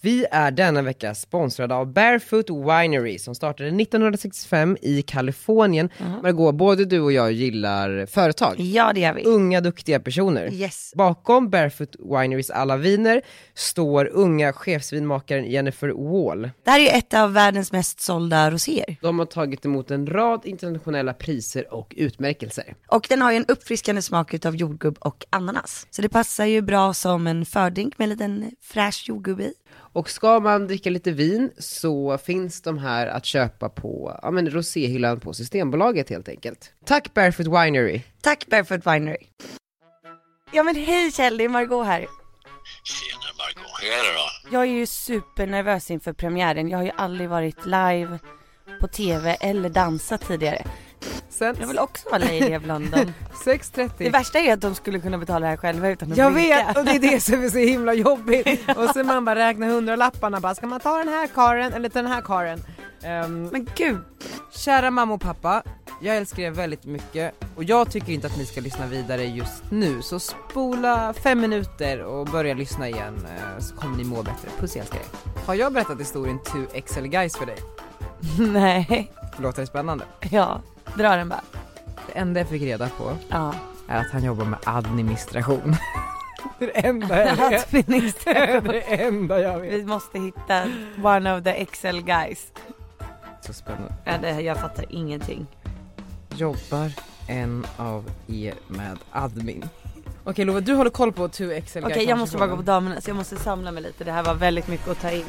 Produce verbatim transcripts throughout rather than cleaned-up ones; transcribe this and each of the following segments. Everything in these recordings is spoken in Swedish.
Vi är denna vecka sponsrade av Barefoot Winery som startade nittonhundrasextiofem i Kalifornien. Uh-huh. Margot, både du och jag gillar företag. Ja, det gör vi. Unga, duktiga personer. Yes. Bakom Barefoot Winerys alla viner står unga chefsvinmakaren Jennifer Wall. Det här är ett av världens mest sålda roséer. De har tagit emot en rad internationella priser och utmärkelser. Och den har ju en uppfriskande smak utav jordgubb och ananas. Så det passar ju bra som en fördrink med en liten fräsch jordgubb i. Och ska man dricka lite vin så finns de här att köpa på ja, men roséhyllan på Systembolaget helt enkelt. Tack Barefoot Winery. Tack Barefoot Winery. Ja men hej Kjell, det är Margot här. Tjena Margot, hur är det då? Jag är ju supernervös inför premiären. Jag har ju aldrig varit live på tv eller dansat tidigare. Sen... Jag vill också vara Lady of London. sex trettio. Det värsta är att de skulle kunna betala det här själva utan att Jag blinka. vet, och det är det som är så himla jobbigt. Och så man bara räknar hundra lapparna. Bara, ska man ta den här karen eller den här karen? Um, Men gud. Kära mamma och pappa, jag älskar er väldigt mycket. Och jag tycker inte att ni ska lyssna vidare just nu. Så spola fem minuter och börja lyssna igen. Så kommer ni må bättre. Puss, jag älskar er. Har jag berättat historien Two X L Guys för dig? Nej. Låter det spännande? Ja, dra den bara. Det enda jag fick reda på ja. är att han jobbar med administration. Det är det enda jag vet. Administration. Det är det enda jag vet. Vi måste hitta one of the X L guys. Så spännande. Ja, det, jag fattar ingenting. Jobbar en av er med admin? Okej Lova, du håller koll på Two X L Guys. Okej, jag måste bara gå på damerna så jag måste samla mig lite. Det här var väldigt mycket att ta in.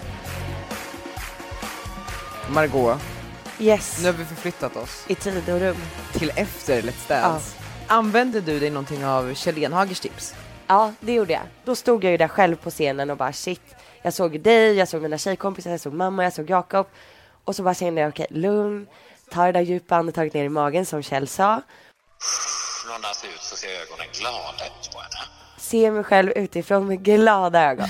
Margot. Yes. Nu har vi förflyttat oss i tid och rum till efter Let's Dance. Ja. Använde du dig någonting av Kjell Enhagers tips? Ja, det gjorde jag. Då stod jag ju där själv på scenen och bara shit. Jag såg dig, jag såg mina tjejkompisar, jag såg mamma, jag såg Jakob. Och så bara kände jag okej, okay, lugn. Ta det där djupa andetaget ner i magen som Kjell sa. Någonstans ut så ser ögonen glada ut på henne. Se mig själv utifrån med glada ögon.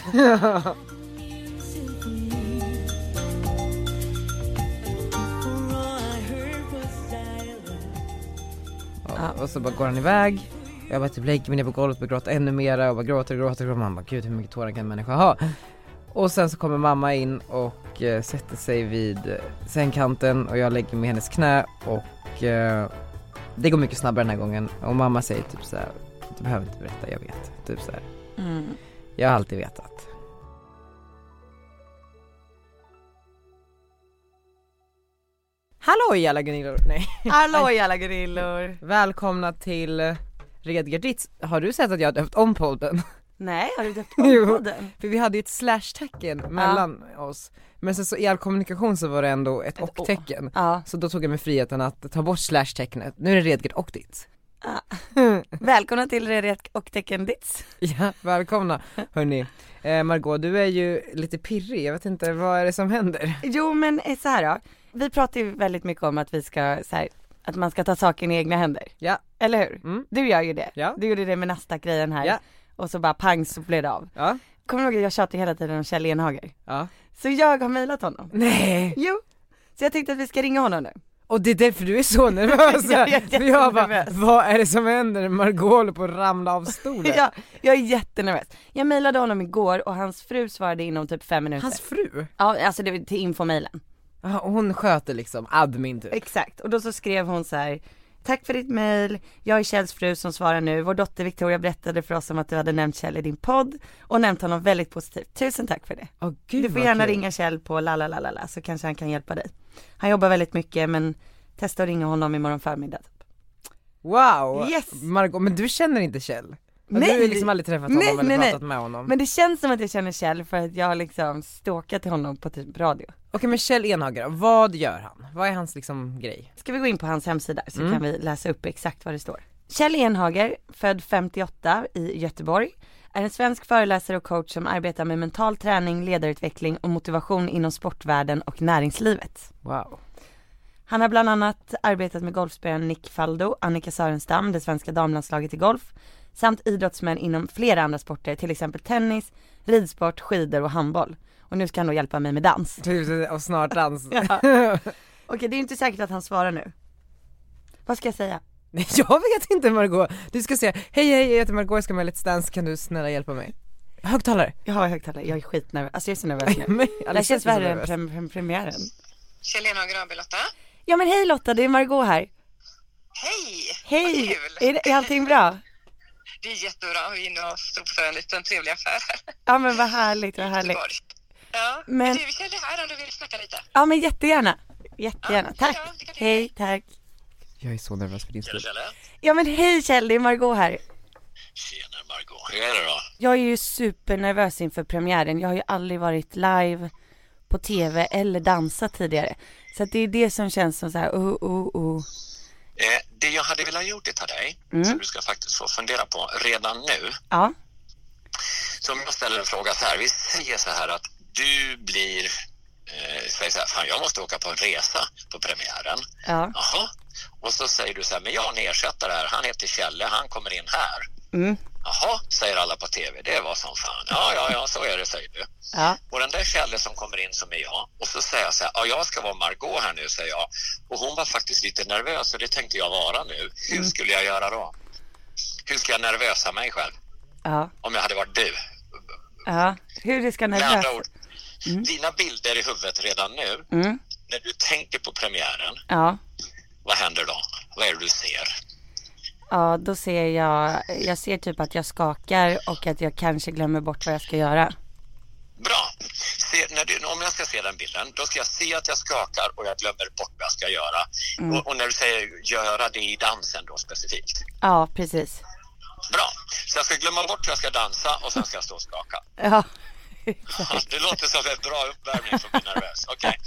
Ja, och så bara går han iväg. Jag bara typ lägger mig ner på golvet och gråter ännu mera. Och bara gråter och gråter och mamma, gud hur mycket tårar kan en människa ha? Och sen så kommer mamma in och eh, sätter sig vid eh, sängkanten. Och jag lägger mig i hennes knä. Och eh, det går mycket snabbare den här gången. Och mamma säger typ så här: du behöver inte berätta, jag vet. Typ så här. Mm. Jag har alltid vetat. Hallå alla Gunillor. Nej. Hallå alla Gunillor. Välkomna till Redgert Ditz. Har du sett att jag har döpt om podden? Nej, har du döpt om podden? För vi hade ju ett slash-tecken mellan ja. oss. Men sen så i all kommunikation så var det ändå ett, ett och-tecken. Ja. Så då tog jag mig friheten att ta bort slash-tecknet. Nu är det Redgert och Ditz. Ja. Välkomna till Redgert och tecken Ditz. Ja, välkomna. Hörrni, eh, Margot, du är ju lite pirrig. Jag vet inte, vad är det som händer? Jo, men så här då. Vi pratar ju väldigt mycket om att vi ska så här, att man ska ta saken i egna händer. Ja. Eller hur? Mm. Du gör ju det. Ja. Du gjorde det med Nasdaq-grejen här. Ja. Och så bara pang så blev det av. Ja. Kommer du ihåg att jag tjatar hela tiden om Kjell Enhager? Ja. Så jag har mejlat honom. Nej. Jo. Så jag tänkte att vi ska ringa honom nu. Och det är därför du är så nervös. jag är För jag bara, vad är det som händer? Margot håller på att ramla av stolen. Ja, jag är jättenervös. Jag mejlade honom igår och hans fru svarade inom typ fem minuter. Hans fru? Ja, alltså det var till infomailen. Ja, hon sköter liksom admin typ. Exakt, och då så skrev hon så här: tack för ditt mejl, jag är Kjells fru som svarar nu. Vår dotter Victoria berättade för oss om att du hade nämnt Kjell i din podd och nämnt honom väldigt positivt. Tusen tack för det. Oh, Gud, du får gärna kul. ringa Kjell på lalalala så kanske han kan hjälpa dig. Han jobbar väldigt mycket, men testa att ringa honom imorgon förmiddag typ. Wow, yes. Margot, men du känner inte Kjell? Nej. Du har liksom aldrig träffat honom nej, eller nej, pratat nej. med honom. Men det känns som att jag känner Kjell för att jag har liksom stalkat till honom på typ radio. Okej, men Kjell Enhager, vad gör han? Vad är hans liksom grej? Ska vi gå in på hans hemsida så mm. kan vi läsa upp exakt vad det står. Kjell Enhager, född femtioåtta i Göteborg, är en svensk föreläsare och coach som arbetar med mental träning, ledarutveckling och motivation inom sportvärlden och näringslivet. Wow. Han har bland annat arbetat med golfspelaren Nick Faldo, Annika Sörenstam, det svenska damlandslaget i golf, samt idrottsmän inom flera andra sporter, till exempel tennis, ridsport, skidor och handboll. Och nu ska han då hjälpa mig med dans. Och snart dans. Ja. Okej, det är inte säkert att han svarar nu. Vad ska jag säga? Jag vet inte, Margot. Du ska säga, hej hej, jag heter Margot, jag ska med Let's Dance, kan du snälla hjälpa mig? högtalare. Jag har högtalare, jag är skitnervös. Alltså jag är så nervös nu. Men, Det känns värre än prem- prem- premiären. Kjell-Lena och Grönby, Lotta. Ja men hej Lotta, det är Margot här. Hej! Hej! Vad kul. Är, det- är allting bra? Det är jättebra. Vi är inne och står för en liten trevlig affär här. Ja men vad härligt, vad härligt. Göteborg. Ja, Men- men du, Kjell är här om du vill snacka lite. Ja men jättegärna. Jättegärna, Ja, tack. ja, lycka till. Hej, tack. Jag är så nervös för din skull. Kjell, Ja men hej Kjell, det är Margot här. tjena Margot. Hur är det då? Jag är ju supernervös inför premiären. Jag har ju aldrig varit live på tv eller dansat tidigare. Så att det är det som känns som så här, oh, oh, oh. Eh, det jag hade velat gjort det till dig, Mm. som du ska faktiskt få fundera på redan nu. Ja, Så om jag ställer en fråga så här. Vi säger så här att du blir... Eh, säger så här, fan jag måste åka på en resa på premiären. ja, Jaha. Och så säger du så här, men jag har en ersättare här. Han heter Kjelle, han kommer in här. mm, Jaha, säger alla på tv. Det var som fan. Ja, ja, ja, så är det, säger du. ja, Och den där Kjelle som kommer in som är jag. Och så säger jag så här, ja, jag ska vara Margot här nu, säger jag. Och hon var faktiskt lite nervös och det tänkte jag vara nu. Hur Mm. skulle jag göra då? Hur ska jag nervösa mig själv? ja, Om jag hade varit du. ja. Hur det ska Med andra nervös. ord, dina bilder i huvudet redan nu. Mm, När du tänker på premiären, ja, vad händer då? Vad är det du ser? ja, då ser jag, jag ser typ att jag skakar och att jag kanske glömmer bort vad jag ska göra. Bra. Se, när du, om jag ska se den bilden, då ska jag se att jag skakar och jag glömmer bort vad jag ska göra. Mm. Och, och när du säger göra det i dansen då specifikt. Ja, precis. Bra. Så jag ska glömma bort hur jag ska dansa och sen ska jag stå och skaka. Ja, Det låter som en bra uppvärmning för att bli nervös. Okej.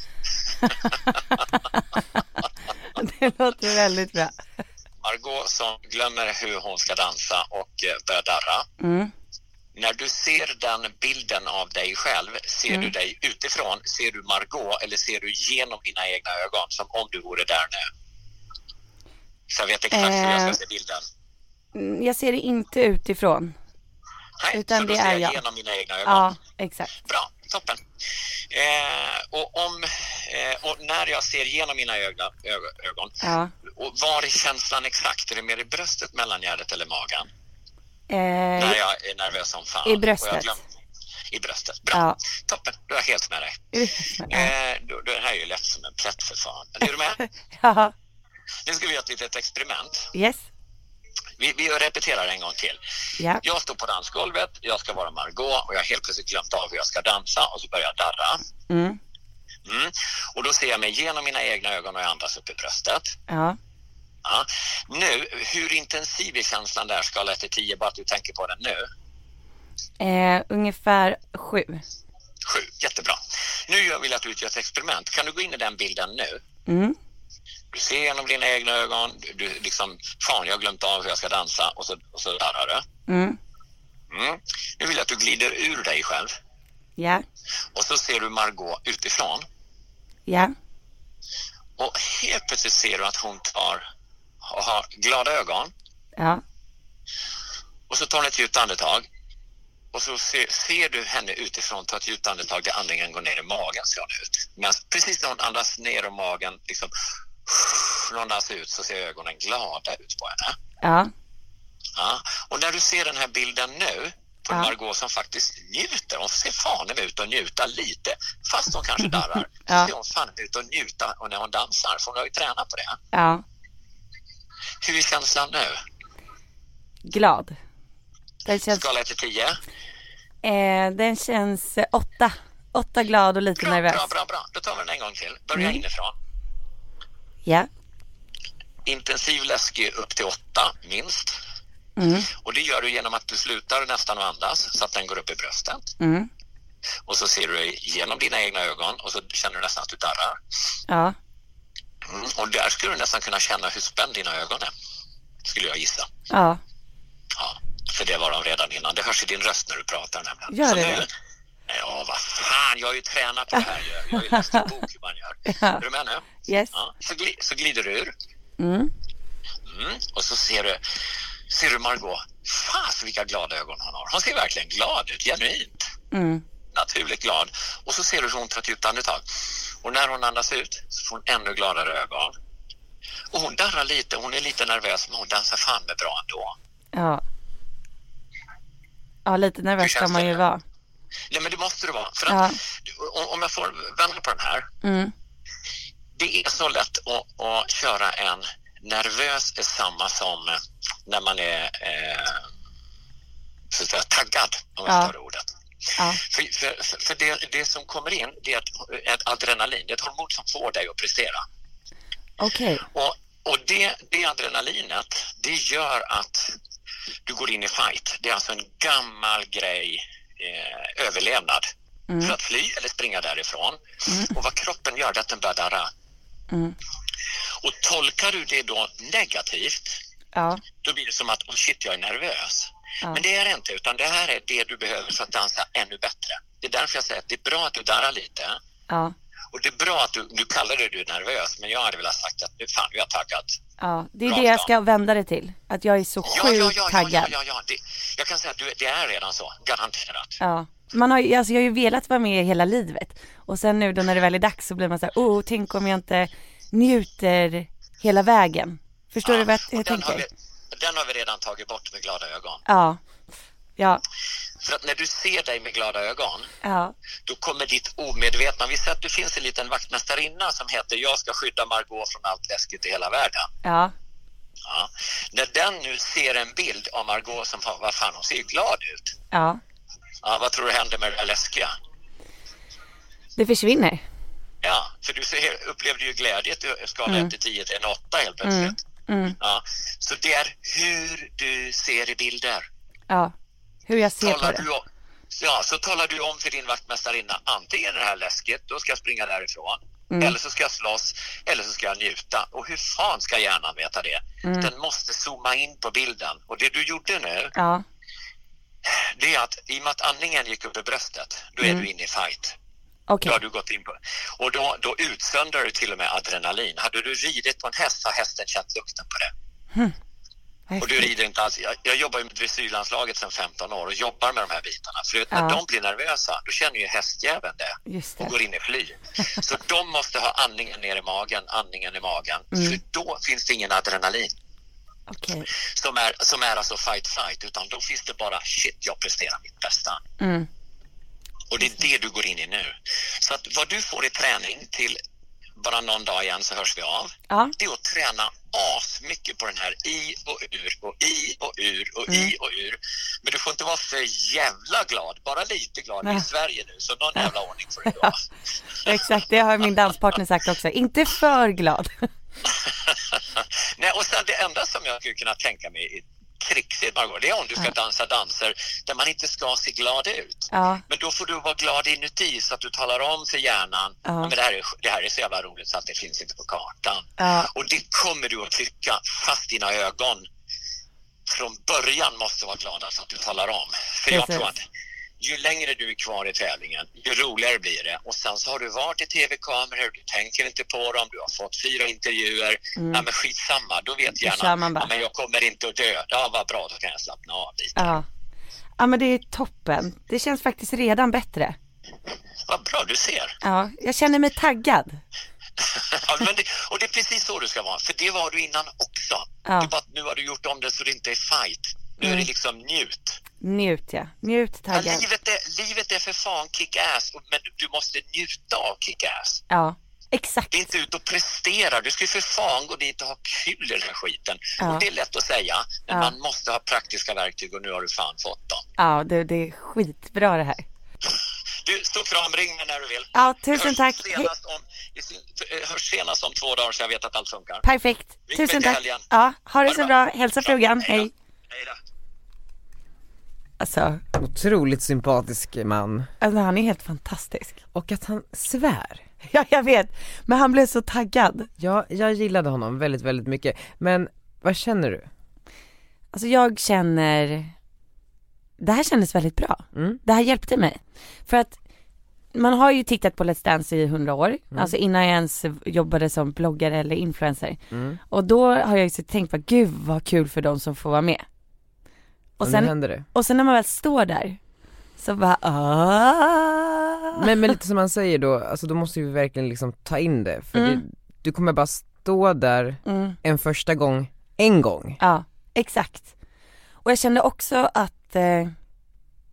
det låter väldigt bra. Margot som glömmer hur hon ska dansa och eh, börjar darra. Mm, När du ser den bilden av dig själv, ser Mm. du dig utifrån? Ser du Margot eller ser du genom dina egna ögon som om du vore där nu? Så jag vet exakt hur jag Eh. ska se bilden. Mm, jag ser det inte utifrån. Nej, utan så då det ser är jag jag. genom mina egna ögon. Ja, exakt. Bra, toppen. Eh, och, om, eh, och när jag ser genom mina ögon, ö- ögon Ja. och var är känslan exakt? Är det mer i bröstet, mellangärdet eller magen? Eh, När jag är nervös som fan. I bröstet. Och jag glöm- I bröstet, bra. Ja. Toppen, då är jag helt med dig. ja. Eh, då, då, det här är ju lätt som en plätt för fan. Är du med? Ja, Nu ska vi göra ett litet experiment. yes. Vi, vi repeterar en gång till. Ja, Jag står på dansgolvet, jag ska vara Margot och jag har helt plötsligt glömt av hur jag ska dansa och så börjar jag darra. mm, Mm. Och då ser jag mig genom mina egna ögon och jag andas upp i bröstet. ja. Ja. Nu, hur intensiv är känslan där? Skala ett till tio, bara att du tänker på den nu. Eh, ungefär sju. Sju, jättebra. Nu vill jag att du gör ett experiment. Kan du gå in i den bilden nu? Mm, Du ser genom dina egna ögon, du, du liksom, fan jag har glömt av hur jag ska dansa och så, och så darrar du. mm, Mm. Nu vill jag att du glider ur dig själv ja, och så ser du Margot utifrån ja, och helt plötsligt ser du att hon tar och har glada ögon ja, och så tar hon ett djupt andetag och så ser, ser du henne utifrån ta ett djupt andetag där andningen går ner i magen, ser hon ut. Men precis när hon andas ner i magen liksom, när hon andas ut så ser ögonen glada ut på henne. ja, Ja. Och när du ser den här bilden nu på Ja. Margot som faktiskt njuter, hon ser fan ut och njuta lite fast hon kanske darrar, Ja. så ser hon fan ut och njuta och när hon dansar, för hon har ju tränat på det. ja. Hur är känslan nu? Glad. Den känns, Skala ett till tio. eh, den känns eh, åtta. Åtta glad och lite Bra, nervös. bra, bra, bra. Då tar vi den en gång till. Börja Mm. inifrån. Ja, Intensiv läskig upp till åtta, minst. mm, Och det gör du genom att du slutar nästan att andas så att den går upp i bröstet. mm, Och så ser du genom dina egna ögon och så känner du nästan att du darrar. ja, Mm. Och där skulle du nästan kunna känna hur spänd dina ögon är. Skulle jag gissa. ja. Ja, för det var de redan innan. Det hörs i din röst när du pratar nämligen. Gör Så det nu, det? ja, vad fan, jag har ju tränat på det här. Jag har ju läst en bok hur man gör. Ja. Är du med nu? Yes. Ja, så, gli, så glider du ur. Mm, Mm. Och så ser du, ser du Margot. Fan, vilka glada ögon hon har. Hon ser verkligen glad ut, genuint. mm, Naturligt glad. Och så ser du hur hon tar ett djupt andetag. Och när hon andas ut så får hon ännu gladare ögon. Och hon darrar lite, hon är lite nervös, men hon dansar fan med bra ändå. ja. Ja, lite nervös ska man ju vara. Nej, men det måste du vara. För att, ja. Om jag får vända på den här. Mm. Det är så lätt att, att köra en nervös är samma som när man är eh, så att säga, taggad, om jag tar ja. ordet. Ja. För, för, för det, det som kommer in, det är ett, ett adrenalin. Det är ett hormon som får dig att prestera. Okej. Okay. Och, och det, det adrenalinet, det gör att du går in i fight. Det är alltså en gammal grej, eh, överlevnad. Mm. För att fly eller springa därifrån. Mm. Och vad kroppen gör, det är att den börjar darra. Mm. Och tolkar du det då negativt, ja. Då blir det som att, oh shit, jag är nervös. Ja. Men det är det inte, utan det här är det du behöver för att dansa ännu bättre. Det är därför jag säger att det är bra att du darrar lite. Ja. Och det är bra att du, du kallar det du är nervös, men jag hade velat sagt att nu fan, jag är taggad. Ja, det är det jag ska vända det till. Att jag är så sjukt ja, ja, ja, taggad. Ja, ja, ja. Det, jag kan säga att du, det är redan så, garanterat. Ja. Man har, alltså jag har ju velat vara med hela livet. Och sen nu då när det väl är dags så blir man så här, oh, tänk om jag inte njuter hela vägen. Förstår ja, du vad jag, jag den tänker? Har vi, den har vi redan tagit bort med glada ögon. Ja. Ja. För att när du ser dig med glada ögon, ja. Då kommer ditt omedvetna. Vi ser att det finns en liten vaktmästarinna som heter jag ska skydda Margot från allt läskigt i hela världen. Ja. Ja. När den nu ser en bild av Margot som, vad fan, hon ser ju glad ut. Ja. Ja, vad tror du händer med det här läskiga? Det försvinner. Ja, för du ser, upplevde ju glädje att skala mm. ett till tio till en åtta helt plötsligt. Mm. Mm. Ja, så det är hur du ser i bilder. Ja, hur jag ser talar på det. Du om, ja, så talar du om för din vaktmästarinna, antingen är det här läskigt, då ska jag springa därifrån. Mm. Eller så ska jag slåss, eller så ska jag njuta. Och hur fan ska hjärnan veta det? Mm. Den måste zooma in på bilden. Och det du gjorde nu, ja. Det är att i och med att andningen gick upp i bröstet, då är mm. du inne i fight. Okay. Då har du gått in på. Och då, då utsöndrar du till och med adrenalin. Hade du ridit på en häst har hästen känt lukten på det. Mm. Och du rider inte alls. Jag, jag jobbar ju med dressyrlandslaget sedan femton år och jobbar med de här bitarna. För när ja. de blir nervösa, då känner ju hästjäveln det. Just det. Och går in i fly. Så de måste ha andningen ner i magen, andningen i magen. Mm. För då finns det ingen adrenalin. Okay. Som är, som är alltså fight-fight. Utan då finns det bara shit, jag presterar mitt bästa. Mm. Och det är det du går in i nu. Så att vad du får i träning till bara någon dag igen så hörs vi av. Ja. Det är att träna as mycket på den här i och ur och i och ur och mm. i och ur. Men du får inte vara för jävla glad. Bara lite glad. Ja. I Sverige nu. Så någon jävla ordning får du då. Ja. Exakt, det har min danspartner sagt också. Inte för glad. Nej, och sen det enda som jag skulle kunna tänka mig i trixigt, Margot, det är om du ska ja. dansa danser där man inte ska se glad ut. Ja. Men då får du vara glad inuti så att du talar om för hjärnan ja. men det här, är, det här är så jävla roligt så att det finns inte på kartan. Ja. Och det kommer du att tycka fast dina ögon från början måste vara glada så att du talar om. För jag tror att ju längre du är kvar i tävlingen, ju roligare blir det. Och sen så har du varit i tv-kameror, du tänker inte på dem, du har fått fyra intervjuer. Mm. Ja, men skitsamma, då vet hjärnan, ja, men jag kommer inte att dö. Ja, vad bra, då kan jag slappna av lite. Ja. Ja, men det är toppen. Det känns faktiskt redan bättre. Vad bra, du ser. Ja, jag känner mig taggad. Ja, men det, och det är precis så du ska vara. För det var du innan också. Ja. Det bara, nu har du gjort om det så det inte är fight. Nu mm. är det liksom njut. Njut, ja. Njut, taggad. Ja, livet, är, livet är för fan kick-ass. Men du måste njuta av kick-ass. Ja, exakt. Det är inte ut och prestera. Du ska ju för fan gå dit och ha kul i den här skiten. Ja. Och det är lätt att säga. Men ja. man måste ha praktiska verktyg och nu har du fan fått dem. Ja, det, det är skitbra det här. Du, stå fram, ring mig när du vill. Ja, tusen tack. Senast om, hörs senast om två dagar så jag vet att allt funkar. Perfekt. Ring tusen tack. Helgen. Ja, ha det, ha det så bra. bra. Hälsa frugan. Hej. Hej då. Alltså, otroligt sympatisk man. Alltså han är helt fantastisk. Och att han svär. Ja, jag vet. Men han blev så taggad. Ja, jag gillade honom väldigt, väldigt mycket. Men vad känner du? Alltså jag känner... Det här kändes väldigt bra. Mm. Det här hjälpte mig. För att man har ju tittat på Let's Dance i hundra år. Mm. Alltså innan jag ens jobbade som bloggare eller influencer. Mm. Och då har jag ju tänkt på, gud vad kul för dem som får vara med. Och och sen, det. och sen när man väl står där så bara Aah! men, men lite som man säger då, alltså då måste vi verkligen liksom ta in det. För mm. det, du kommer bara stå där mm. en första gång, en gång. Ja, exakt. Och jag kände också att eh,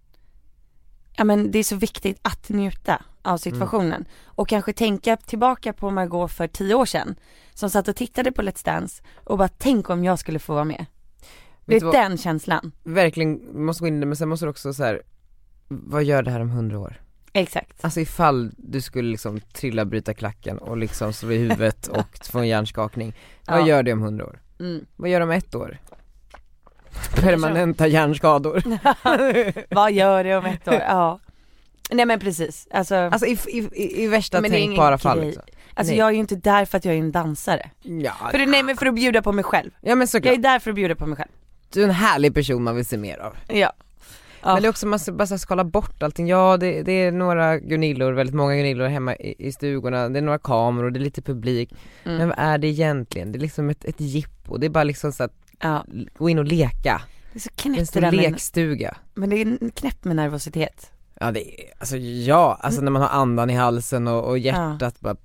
Ja, men det är så viktigt att njuta av situationen. Mm. Och kanske tänka tillbaka på Margot för tio år sedan. Som satt och tittade på Let's Dance och bara tänk om jag skulle få vara med. Det är den känslan. Verkligen, måste gå in i det, men sen måste du också så här, vad gör det här om hundra år? Exakt. Alltså ifall du skulle liksom trilla, bryta klacken och liksom slå i huvudet och få en hjärnskakning. Vad ja. gör det om hundra år? Mm. Vad gör det om ett år? Permanenta hjärnskador. Vad gör det om ett år? Ja. Nej men precis. Alltså, alltså i, i, i värsta tänkbara fall. Liksom. Alltså nej. Jag är ju inte där för att jag är en dansare. Ja. För det, nej men för att bjuda på mig själv. Ja, men såklart. Jag är där för att bjuda på mig själv. Du är en härlig person man vill se mer av. Ja. Men oh. det är också, man ska bara skala bort allting. Ja, det, det är några Gunillor, väldigt många Gunillor hemma i, i stugorna. Det är några kameror, det är lite publik. Mm. Men vad är det egentligen? Det är liksom ett, ett jippo. Det är bara liksom så att ja. gå in och leka. Det är så knäppt. Det är en lekstuga. Men det är knäppt med nervositet. Ja, det är, alltså ja, alltså när man har andan i halsen och, och hjärtat ja. bara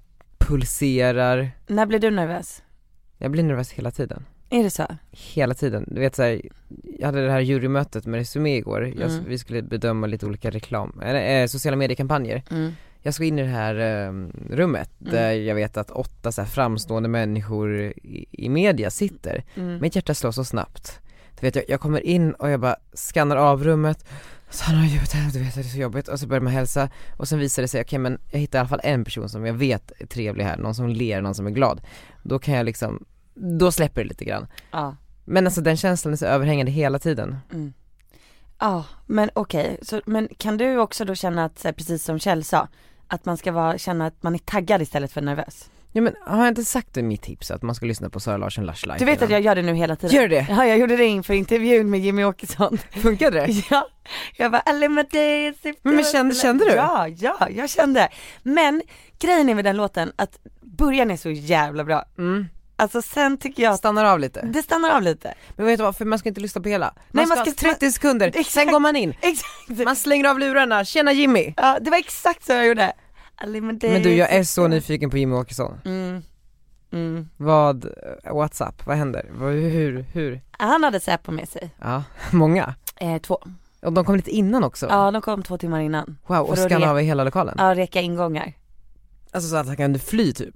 pulserar. När blir du nervös? Jag blir nervös hela tiden. Är det så? Hela tiden. Du vet så här, jag hade det här jurymötet med Resumé igår. Mm. Jag, vi skulle bedöma lite olika reklam, eller, eh, sociala mediekampanjer. Mm. Jag ska in i det här eh, rummet mm. där jag vet att åtta så här, framstående människor i, i media sitter. Mm. Mitt hjärta slår så snabbt. Du vet, jag, jag kommer in och jag bara skannar av rummet. Så han har gjort det, du vet det är så jobbigt. Och så börjar man hälsa. Och sen visar det sig, okej okay, men jag hittar i alla fall en person som jag vet är trevlig här. Någon som ler, någon som är glad. Då kan jag liksom, då släpper det lite grann. Ja. Men alltså den känslan är så överhängande hela tiden. Mm. Ja, men okej. Okay. Men kan du också då känna att, precis som Kjell sa, att man ska vara, känna att man är taggad istället för nervös? Ja, men har jag inte sagt det i mitt tips att man ska lyssna på Sara Larsson Lush Life? Du vet att jag gör det nu hela tiden. Gör det? Ja, jag gjorde det inför intervjun med Jimmy Åkesson. Funkade det? Ja, jag bara, alla med dig. Men, men kände, kände du? Ja, ja, jag kände. Men grejen är med den låten att början är så jävla bra. Mm. Alltså sen tycker jag... Stannar av lite. Det stannar av lite. Men vet du vad, för man ska inte lyssna på hela. Man Nej, ska, man ska trettio sekunder, exakt. Sen går man in. Exakt. Man slänger av lurarna, tjena Jimmy. Ja, det var exakt så jag gjorde. Men du, jag är så nyfiken på Jimmy Åkesson. Mm. Mm. Vad, WhatsApp, vad händer? Hur, hur? Han hade Säpo med sig. Ja, många? Eh, två. Och de kom lite innan också? Ja, de kom två timmar innan. Wow, och skanna re- av i hela lokalen? Ja, reka ingångar. Alltså så att han kan fly typ?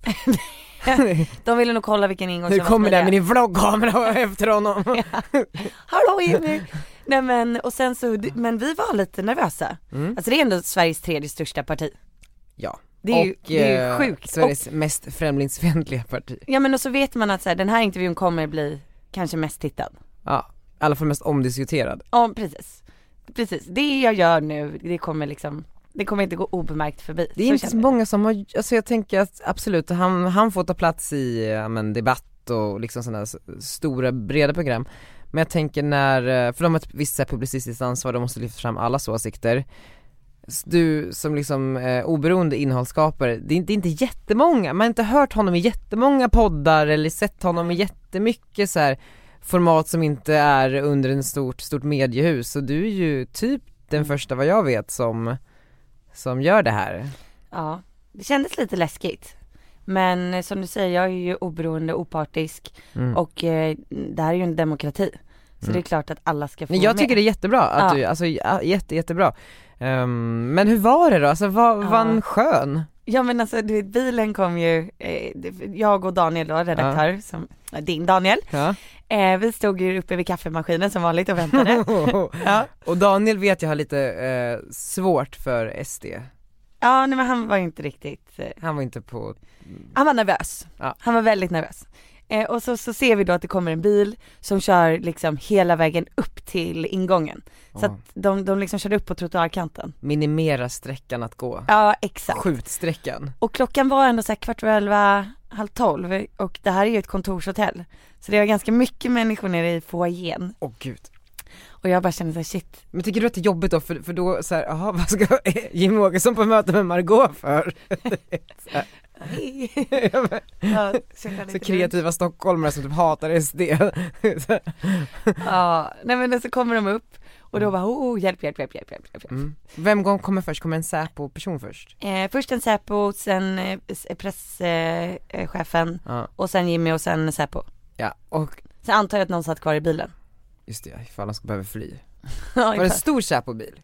De ville nog kolla vilken ingång som var. Nu kommer där med din vloggkamera efter honom. Ja. Hallå Jimmy! Nej men, och sen så, men vi var lite nervösa. Mm. Alltså det är ändå Sveriges tredje största parti. Ja. Det är, och, ju, det är ju sjukt. Sveriges och, mest främlingsfientliga parti. Ja, men och så vet man att så här, den här intervjun kommer bli kanske mest tittad. Ja, i alla fall mest omdiskuterad. Ja, precis. Precis, det jag gör nu, det kommer liksom, det kommer inte gå obemärkt förbi. Det är så inte så många som har, alltså jag tänker att absolut, han, han får ta plats i ja, men, debatt och liksom sådana stora, breda program. Men jag tänker när, för de har ett visst publicistiskt ansvar, de måste lyfta fram allas åsikter. Du som liksom eh, oberoende innehållsskapare, det är, det är inte jättemånga, man har inte hört honom i jättemånga poddar eller sett honom i jättemycket så här format som inte är under en stort, stort mediehus. Så du är ju typ den första vad jag vet som, som gör det här. Ja, det kändes lite läskigt. Men som du säger, jag är ju oberoende, opartisk mm. och eh, det här är ju en demokrati. Så mm. det är klart att alla ska få men jag med. tycker det är jättebra att ja. du, alltså jätte, jättebra. Um, men hur var det då? Alltså var, ja. var han skön? Ja men alltså du vet, bilen kom ju, eh, jag och Daniel då, redaktör, ja. som, din Daniel, ja. eh, vi stod ju uppe vid kaffemaskinen som vanligt och väntade. Ja. Och Daniel vet jag har lite eh, svårt för S D. Ja, nej, men han var inte riktigt eh, han var inte på han var nervös, ja. Han var väldigt nervös. Eh, och så, så ser vi då att det kommer en bil som kör liksom hela vägen upp till ingången. Så oh. att de, de liksom körde upp på trottoarkanten. Minimera sträckan att gå. Ja, exakt. Skjutsträckan. Och klockan var ändå så här kvart över elva, halv tolv. Och det här är ju ett kontorshotell. Så det var ganska mycket människor nere i foajén. Åh oh, gud. Och jag bara kände så här, shit. Men tycker du att det är jobbigt då? För, för då så här, jaha, vad ska Jimmy Åkesson på möte med Margot för? ja, så, så kreativa stockholmare som typ hatar S D. Ja, nej men så kommer de upp och då bara, oh, hjälp, hjälp, hjälp, hjälp, hjälp, hjälp. Mm. Vem kommer först? Kommer en Säpo-person först? Eh, först en Säpo, sen eh, presschefen eh, ja. och sen Jimmy och sen Säpo. Ja, och sen antar jag att någon satt kvar i bilen. Just det, ifall han ska behöva fly. Var det en stor Säpo-bil?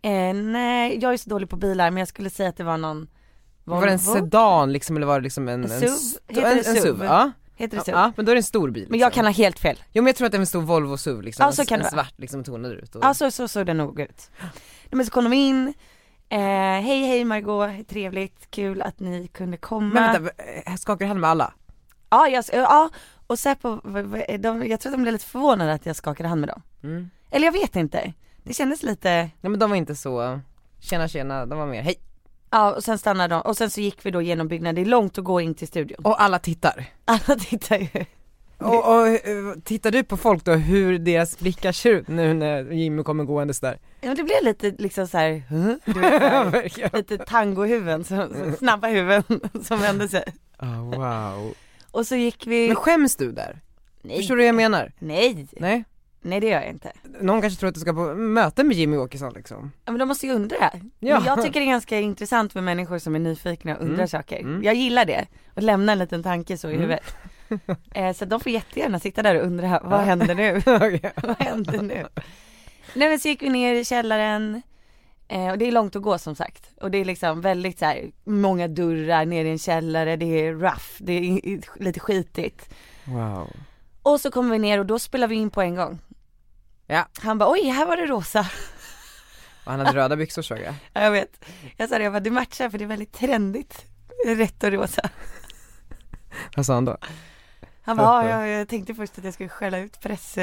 Eh, nej, jag är så dålig på bilar, men jag skulle säga att det var någon Volvo. Var det en sedan liksom, eller var det liksom en, en, SUV? st- Heter en, det en SUV? SUV? Ja. Heter det så? Ja, men då är det en stor bil liksom. Men jag kan ha helt fel. Jo, men jag tror att det är en stor Volvo S U V liksom. Ja, så kan en det vara. svart liksom tonad ut. Och... Ja, så såg så det nog ut. Men så kom de in. Eh, hej hej Margot, trevligt, kul att ni kunde komma. Men vänta, skakar du hand med alla? Ja, jag, ja och Säpo, de, jag tror att de blev lite förvånade att jag skakade hand med dem. Mm. Eller jag vet inte. Det kändes lite... Nej, men de var inte så, tjena tjena, de var mer, hej. Ja, och sen stannade de, och sen så gick vi då genom byggnaden, det är långt att gå in till studion. Och alla tittar. Alla tittar ju. Och, och tittar du på folk då hur deras blickar ser ut nu när Jimmy kommer gåendes där? Ja, det blev lite liksom så här, huh? Du vet, så här lite tangohuvuden, så, så snabba huvuden som vände sig. Oh, wow. Och så gick vi... Men skäms du där? Nej. Förstår du vad jag menar? Nej. Nej. Nej, det gör jag inte. Någon kanske tror att du ska på möte med Jimmy Åkesson liksom. Ja, men de måste ju undra. Ja. Men jag tycker det är ganska intressant med människor som är nyfikna och undrar Mm. saker. Mm. Jag gillar det. Och lämna en liten tanke så i Mm. huvudet. eh, så de får jättegärna sitta där och undra, vad händer nu? Okay. Vad händer nu? Nej, men så gick vi ner i källaren. Eh, och det är långt att gå som sagt. Och det är liksom väldigt så här, många dörrar ner i en källare. Det är rough. Det är lite skitigt. Wow. Och så kommer vi ner och då spelar vi in på en gång. Ja. Han bara, oj, här var det rosa. Och han hade röda byxor, såg jag. Ja, jag vet. Jag sa det, jag bara, det matchar för det är väldigt trendigt. Rätt och rosa. Vad sa han då? Han bara, ja, jag, jag tänkte först att jag skulle skälla ut press.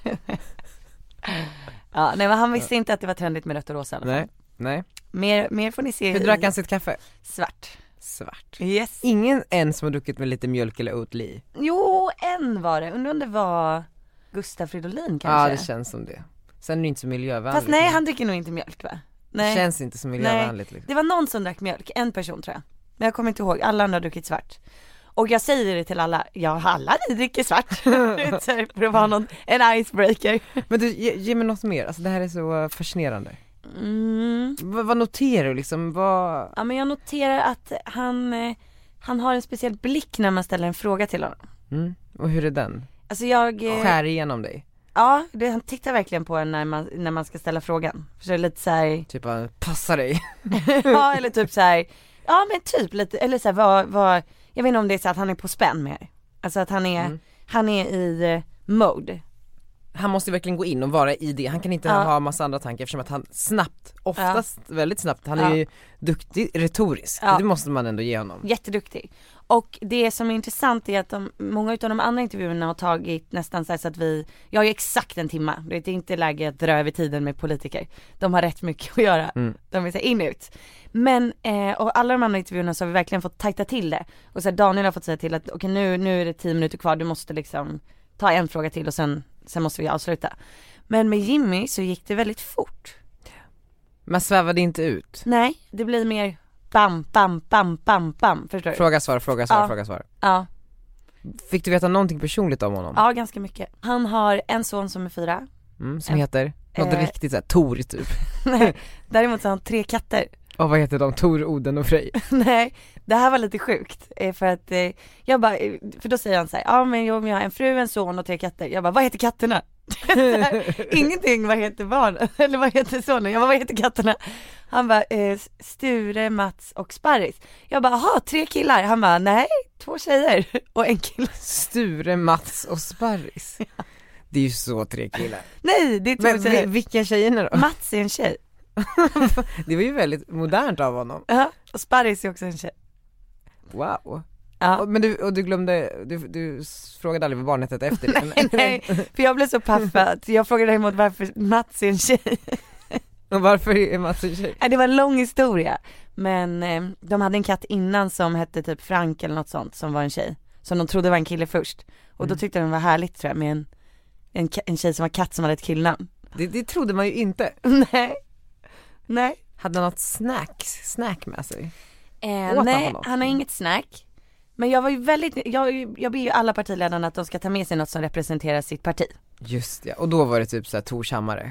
Ja, nej, men han visste inte att det var trendigt med rött och rosa i alla fall. Nej, nej. Mer, mer får ni se. Hur drack han sitt kaffe? Svart. Svart. Yes. Ingen än som har druckit med lite mjölk eller Oatly. Jo, en var det. Undrar om det var Gustav Fridolin kanske. Ja, det känns som det. Sen är det inte så miljövänligt. Fast nej, han dricker nog inte mjölk, va? Nej. Det känns inte så miljövänligt liksom. Det var någon som drack mjölk, en person tror jag. Men jag kommer inte ihåg, alla andra har druckit svart. Och jag säger det till alla, ja, alla ni dricker svart. För att vara någon, en icebreaker. Men du, ge, ge mig något mer, alltså det här är så fascinerande. Mm. V- vad noterar du liksom, vad... Ja, men jag noterar att han, eh, han har en speciell blick när man ställer en fråga till honom. Mm. Och hur är den? Alltså jag... Eh, Skär igenom dig? Ja, det, han tittar verkligen på en när man, när man ska ställa frågan. För det är lite så här... Typ bara, passa dig. Ja, eller typ så här... Ja, men typ lite, eller så här, vad, vad... Jag vet inte om det är så att han är på spänn med det. Alltså att han är, mm. han är i uh, mode. Han måste verkligen gå in och vara i det. Han kan inte ja. ha massa andra tankar eftersom att han snabbt, oftast ja. väldigt snabbt, han är ja. ju duktig retorisk. Ja. Det måste man ändå ge honom. Jätteduktig. Och det som är intressant är att de, många av de andra intervjuerna har tagit nästan så, här så att vi, jag har ju exakt en timma. Det är inte läge att dra över tiden med politiker. De har rätt mycket att göra. Mm. De vill säga in ut. Men, eh, och alla de andra intervjuerna så har vi verkligen fått tajta till det. Och så här, Daniel har fått säga till att okej, okay, nu, nu är det tio minuter kvar, du måste liksom ta en fråga till och sen, sen måste vi avsluta. Men med Jimmy så gick det väldigt fort. Man svävade inte ut? Nej, det blir mer bam, bam, bam, bam, bam, förstår du? Fråga, svar, fråga, svar, ja. fråga, svar. Ja. Fick du veta någonting personligt om honom? Ja, ganska mycket. Han har en son som är fyra. Mm, som en, heter? Något eh, riktigt såhär, Tor typ. Nej, däremot så har han tre katter. Och vad heter de? Tor, Oden och Frej? Nej, det här var lite sjukt. För att eh, jag bara, för då säger han så här, ja men jag, jag har en fru, en son och tre katter. Jag bara, vad heter katterna? Ingenting, vad heter barnen? Eller vad heter sonen? Jag bara, vad heter katterna? Han bara, eh, Sture, Mats och Sparris. Jag bara, aha, tre killar. Han bara, nej, två tjejer och en kille. Sture, Mats och Sparris. Ja. Det är ju så tre killar. Nej, det är två men, tjejer. Vilka tjejerna då? Mats är en tjej. Det var ju väldigt modernt av honom. Ja, och Sparris är också en tjej. Wow. Ja. Och, men du, och du glömde, du, du frågade aldrig vad barnet hette efter det. nej, nej, för jag blev så paffad. Jag frågade däremot varför Mats är en tjej. Och varför är Mats en tjej? Det var en lång historia. Men eh, de hade en katt innan som hette typ Frank eller något sånt, som var en tjej. Som de trodde var en kille först. Och mm. då tyckte de det var härligt tror jag, med en, en, en tjej som var katt som hade ett killnamn. Det, det trodde man ju inte. Nej. Nej. Hade han något snack, snack med sig? Eh, nej, han, han har inget snack. Men jag var ju väldigt, jag, jag ber ju alla partiledarna att de ska ta med sig något som representerar sitt parti. Just det, och då var det typ såhär Tors Hammare.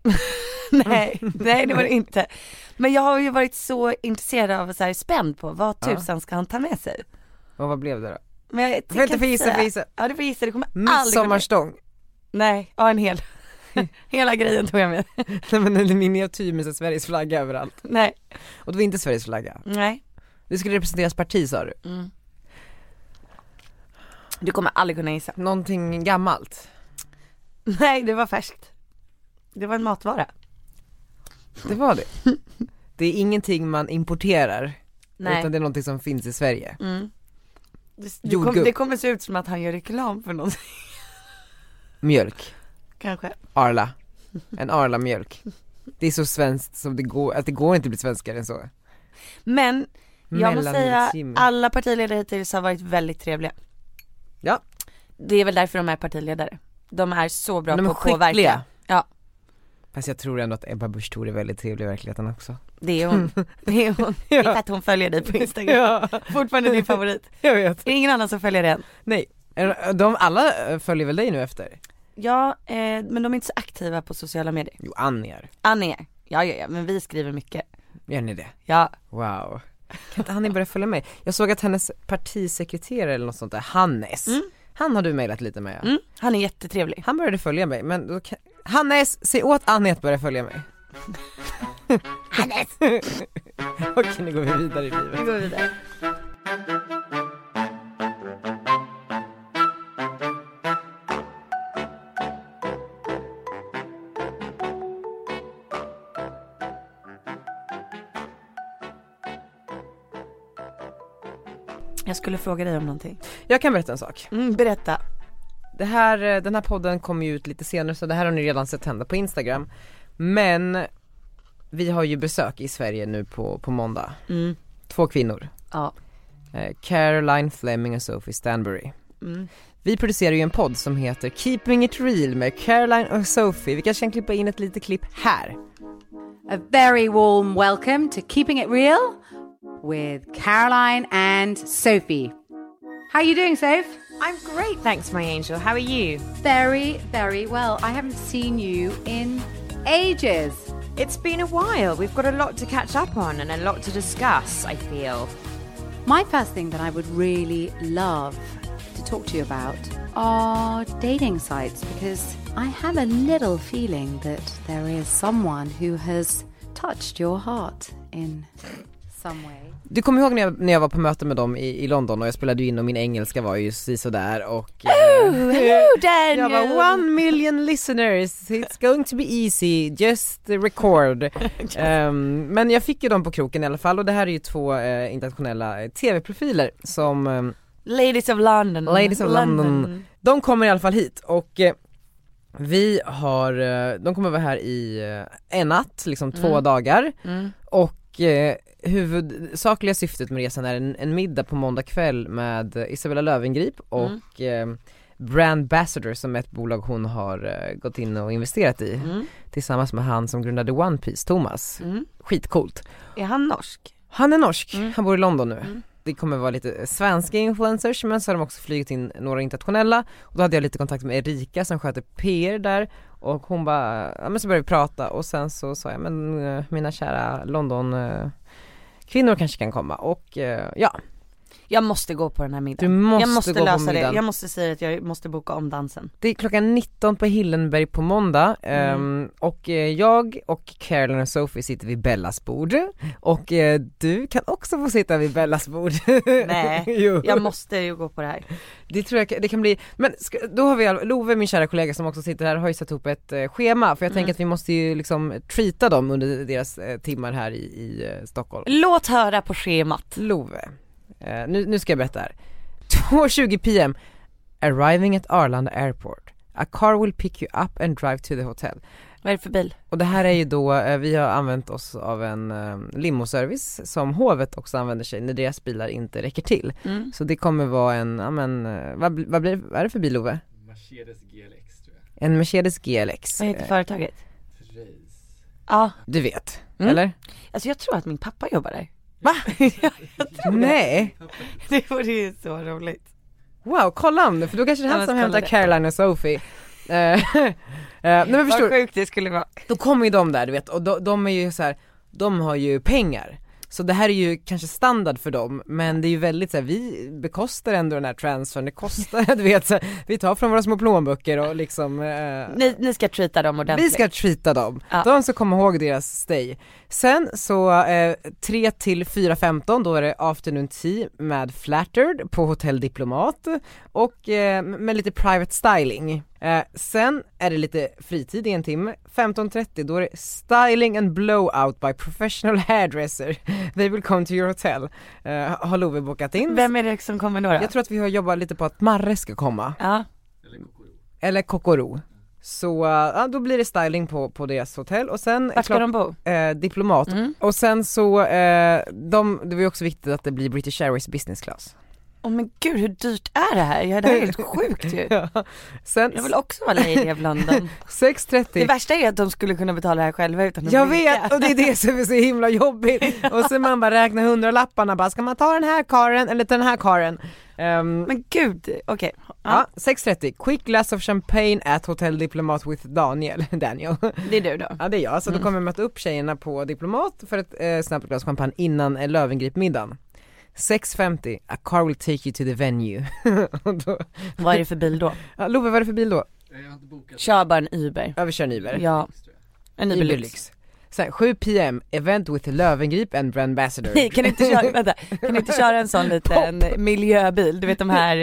nej, nej det var det inte. Men jag har ju varit så intresserad av, så här, spänd på vad tusan ja. ska han ta med sig. Och vad blev det då? Men jag får inte få gissa, få gissa. Ja, det får gissa, det kommer aldrig. Midsommarstång. Nej, ja en hel. Hela grejen tog jag med. Nej, men en miniatyr med så Sveriges flagga överallt. Nej. Och det var inte Sveriges flagga. Nej. Det skulle representeras parti, sa du. Mm. Du kommer aldrig kunna gissa. Någonting gammalt. Nej, det var färskt. Det var en matvara. Det var det. Det är ingenting man importerar. Nej. Utan det är någonting som finns i Sverige. Mm. Det, det, kom, det kommer se ut som att han gör reklam för någonting. Mjölk. Kanske. Arla. En Arla mjölk. Det är så svenskt som det går, att det går inte bli svenskare än så. Men jag måste säga, Mellanmjölksjimmy. alla partiledare hittills har varit väldigt trevliga. Ja. Det är väl därför de är partiledare. De är så bra De på är att påverka. skickliga. Ja, Fast jag tror ändå att Ebba Busch Thor är väldigt trevlig i verkligen också. det är hon. Det är hon. Det är för att hon följer dig på Instagram. Ja. Fortfarande din favorit. Jag vet. Är det ingen annan som följer den? Nej, de alla följer väl dig nu efter? Ja, eh, men de är inte så aktiva på sociala medier. Jo, Annie är. Annie är. Ja, ja, ja, men vi skriver mycket. Gör ni det? Ja. Wow. Kan inte Annie börja följa mig? Jag såg att hennes partisekreterare eller något sånt där, Hannes. Mm. Han har du mejlat lite med. Ja. Mm, han är jättetrevlig. Han började följa mig, men då kan... Hannes, se åt Annie att börja följa mig. Hannes! Okej, nu går vi vidare i livet. Nu går vi vidare. Jag skulle fråga dig om någonting. Jag kan berätta en sak. Mm, berätta. Det här, den här podden kommer ju ut lite senare, så det här har ni redan sett hända på Instagram. Men vi har ju besök i Sverige nu på, på måndag. Mm. Två kvinnor. Ja. eh, Caroline Fleming och Sophie Stanbury. Mm. Vi producerar ju en podd som heter Keeping It Real med Caroline och Sophie. Vi kanske kan klippa in ett litet klipp här. A very warm welcome to Keeping It Real with Caroline and Sophie. How are you doing, Soph? I'm great, thanks, my angel. How are you? Very, very well. I haven't seen you in ages. It's been a while. We've got a lot to catch up on and a lot to discuss, I feel. My first thing that I would really love to talk to you about are dating sites, because I have a little feeling that there is someone who has touched your heart in some way. Du kommer ihåg när jag, när jag var på möte med dem i, i London och jag spelade in och min engelska var ju sådär och Oh, hello Daniel! jag var one million listeners, it's going to be easy, just record. um, men jag fick ju dem på kroken i alla fall, och det här är ju två uh, internationella tv-profiler som um, Ladies of London. Ladies of London. London. De kommer i alla fall hit och uh, vi har, uh, de kommer vara här i uh, en natt, liksom mm. två dagar Mm. och uh, huvudsakliga syftet med resan är en, en middag på måndag kväll med Isabella Löwengrip och mm. eh, Brand Ambassador, som är ett bolag hon har eh, gått in och investerat i Mm. tillsammans med han som grundade One Piece, Thomas. Mm. Skitcoolt. Är han norsk? Han är norsk, Mm. han bor i London nu. Mm. Det kommer vara lite svenska influencers, men så har de också flygit in några internationella, och då hade jag lite kontakt med Erika som sköter P R där, och hon bara, ja men så började vi prata och sen så sa jag, men uh, mina kära London uh, kvinnor kanske kan komma, och uh, ja. Jag måste gå på den här middagen. Du måste jag måste gå lösa på det. middagen. Jag måste säga att jag måste boka om dansen. Det är klockan nitton på Hillenberg på måndag. Mm. um, Och uh, jag och Caroline och Sophie sitter vid Bellas bord. Och uh, du kan också få sitta vid Bellas bord. Nej, jo. jag måste ju gå på det här. Det tror jag det kan bli. Men ska, då har vi, Love, min kära kollega som också sitter här, har ju satt ihop ett uh, schema. För jag Mm. tänker att vi måste ju liksom treata dem under deras uh, timmar här i, i uh, Stockholm. Låt höra på schemat. Love, uh, nu, nu ska jag berätta här. Två tjugo p m Arriving at Arlanda Airport. A car will pick you up and drive to the hotel. Vad är det för bil? Och det här är ju då, uh, vi har använt oss av en uh, limoservice som hovet också använder sig när deras bilar inte räcker till. Mm. Så det kommer vara en, ja men, uh, vad, vad, blir, vad är det för bil, Love? Mercedes G L X tror jag. En Mercedes G L X. Vad heter Uh, företaget? Race. Ja, Du vet, Mm. eller? alltså jag tror att min pappa jobbar där. Va? Jag tror det. Nej. Det vore ju så roligt. Wow, kolla om det, för då kanske det är Ja, han som kolla hämtar det. Caroline och Sophie. Uh, uh, nej men förstår Vad du? sjukt det skulle vara. Då kommer ju de där, du vet, och de, de är ju så här, de har ju pengar. Så det här är ju kanske standard för dem, men det är ju väldigt så här, vi bekostar ändå den här transfern, det kostar, du vet så här, vi tar från våra små plånböcker och liksom eh, ni, ni ska treata dem ordentligt. Vi ska treata dem, ja. De ska komma ihåg deras stay. Sen så eh, tre till fyra femton då är det afternoon tea med Flattered på Hotell Diplomat och eh, med lite private styling. Eh, sen är det lite fritid i en timme. femton trettio då är det styling and blowout by professional hairdresser. They will come to your hotel. Eh, har Love bokat in? Vem är det som kommer då, då? Jag tror att vi har jobbat lite på att Marre ska komma. Ja. Eller Kokoro. Eller Kokoro. Så ja, då blir det styling på, på deras hotell. Och sen var ska klart, de bo? Eh, diplomat. Mm. Och sen så eh, de, det var ju också viktigt att det blir British Airways business class. Åh oh, men gud, hur dyrt är det här? Ja, det här är helt sjukt ju. Ja. Sen, jag vill också vara lady of London. sex trettio. Det värsta är att de skulle kunna betala det här själva utan att jag blinka. vet, och det är det som är så himla jobbigt. Och så man bara räknar hundra lapparna bara, ska man ta den här karen eller den här karen? Um, men gud, okej. Okay. Ja, ja sex trettio. Quick glass of champagne at Hotel Diplomat with Daniel. Daniel. Det är du då? Ja, det är jag. Så mm. då kommer jag möta upp tjejerna på Diplomat för ett eh, snabbt glas champagne innan eh, Löwengrip-middagen. sex femtio. A car will take you to the venue. då... Vad är det för bil då? Ja, Love, vad är det för bil då? Jag har inte bokat. Kör bara en Uber. Ja, vi kör en Uber. Ja, en Uber Lyx. Sen sju p m event with Löwengrip and brand ambassador. Nej, kan inte köra, vänta, kan inte köra en sån liten miljöbil, du vet de här.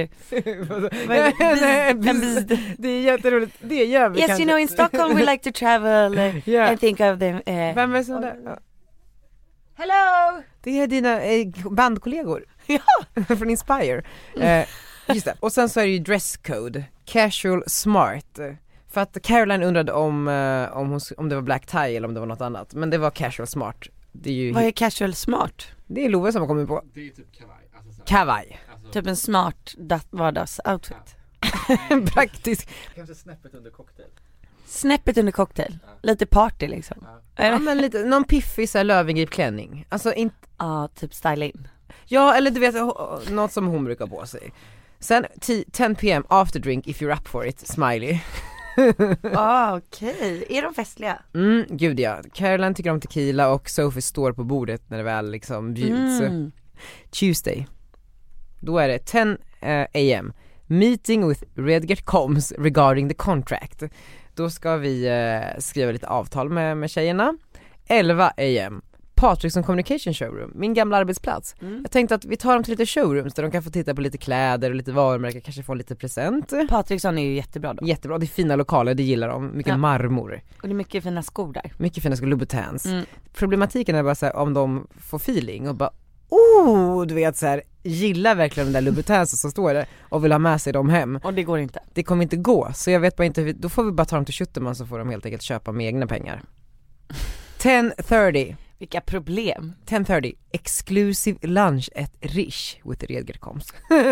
en bil. Det är jätteroligt. Det gör vi. Yes, kanske. you know in Stockholm we like to travel uh, yeah. and think of them. Uh, Vem är sån där? Ja. Hello. Det är dina eh, bandkollegor. Ja, från Inspire. Eh, just det. Och sen så är det ju dresscode, casual smart. För att Caroline undrade om, uh, om, hon, om det var black tie eller om det var något annat. Men det var casual smart. Det är ju vad är casual smart? Det är Love som har kommit på. Det är typ kavaj. Alltså så här, kavaj. Alltså, typ en smart vardagsoutfit. Ja. Praktisk. Kanske snäppet under cocktail. Snäppet under cocktail. Ja. Lite party liksom. Ja, ja men lite, någon piffig så här Löwengrip-klänning. Alltså inte... Ja, ah, typ styling. Ja, eller du vet, något som hon brukar på sig. Sen tio p m after drink if you're up for it, smiley. Ah, okej. Okay. Är de festliga? Mm, gud ja. Caroline tycker om tequila och Sophie står på bordet när det väl liksom bjuds. Mm. Tuesday. Då är det tio a m meeting with Redgert Combs regarding the contract. Då ska vi uh, skriva lite avtal med, med tjejerna. elva a m Patrickson Communication Showroom, min gamla arbetsplats. Mm. Jag tänkte att vi tar dem till lite showrooms där de kan få titta på lite kläder och lite varumärken, kanske få lite present. Patrickson är ju jättebra då. Jättebra, det är fina lokaler, det gillar de. Mycket ja. marmor. Och det är mycket fina skor där. Mycket fina skor, Louboutins. Mm. Problematiken är bara så här, om de får feeling och bara, oh, du vet så här, gillar verkligen de där Louboutins som står där och vill ha med sig dem hem. Och det går inte. Det kommer inte gå, så jag vet bara inte, då får vi bara ta dem till Schutterman så får de helt enkelt köpa med egna pengar. tio trettio. Vilka problem. tio trettio. Exclusive lunch at Rish with Redgert Combs.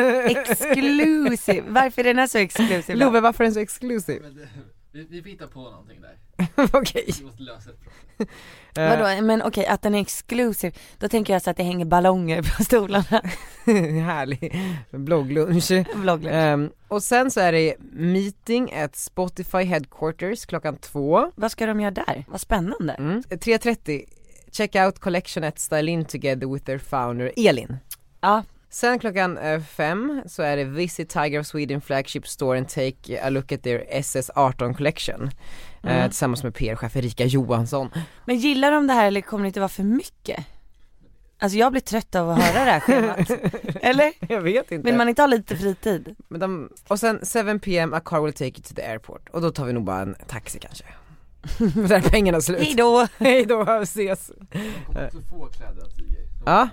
Exclusive. Varför är den här så exclusive? Love, varför är den så exclusive? Vi, vi hittar på någonting där. Okej. Okay. Vi måste lösa ett problem. Vadå, men okej, okay, att den är exclusive. Då tänker jag så att det hänger ballonger på stolarna. Härlig blogglunch. Blogglunch. Um, och sen så är det meeting at Spotify headquarters klockan två. Vad ska de göra där? Vad spännande. Mm. tre trettio. Check out collection at Style In together with their founder Elin. Ja. Sen klockan eh, fem så är det Visit Tiger of Sweden flagship store and take a look at their S S arton collection. Mm. Eh, tillsammans med P R-chef Erika Johansson. Men gillar de det här eller kommer det inte vara för mycket? Alltså jag blir trött av att höra det här schemat. Eller? Jag vet inte. Vill man inte ha lite fritid? Men de, och sen sju p m a car will take you to the airport. Och då tar vi nog bara en taxi kanske. För där är pengarna slut. Hej då. Hej då, ses. De kommer också få kläder av Tiger. De ja.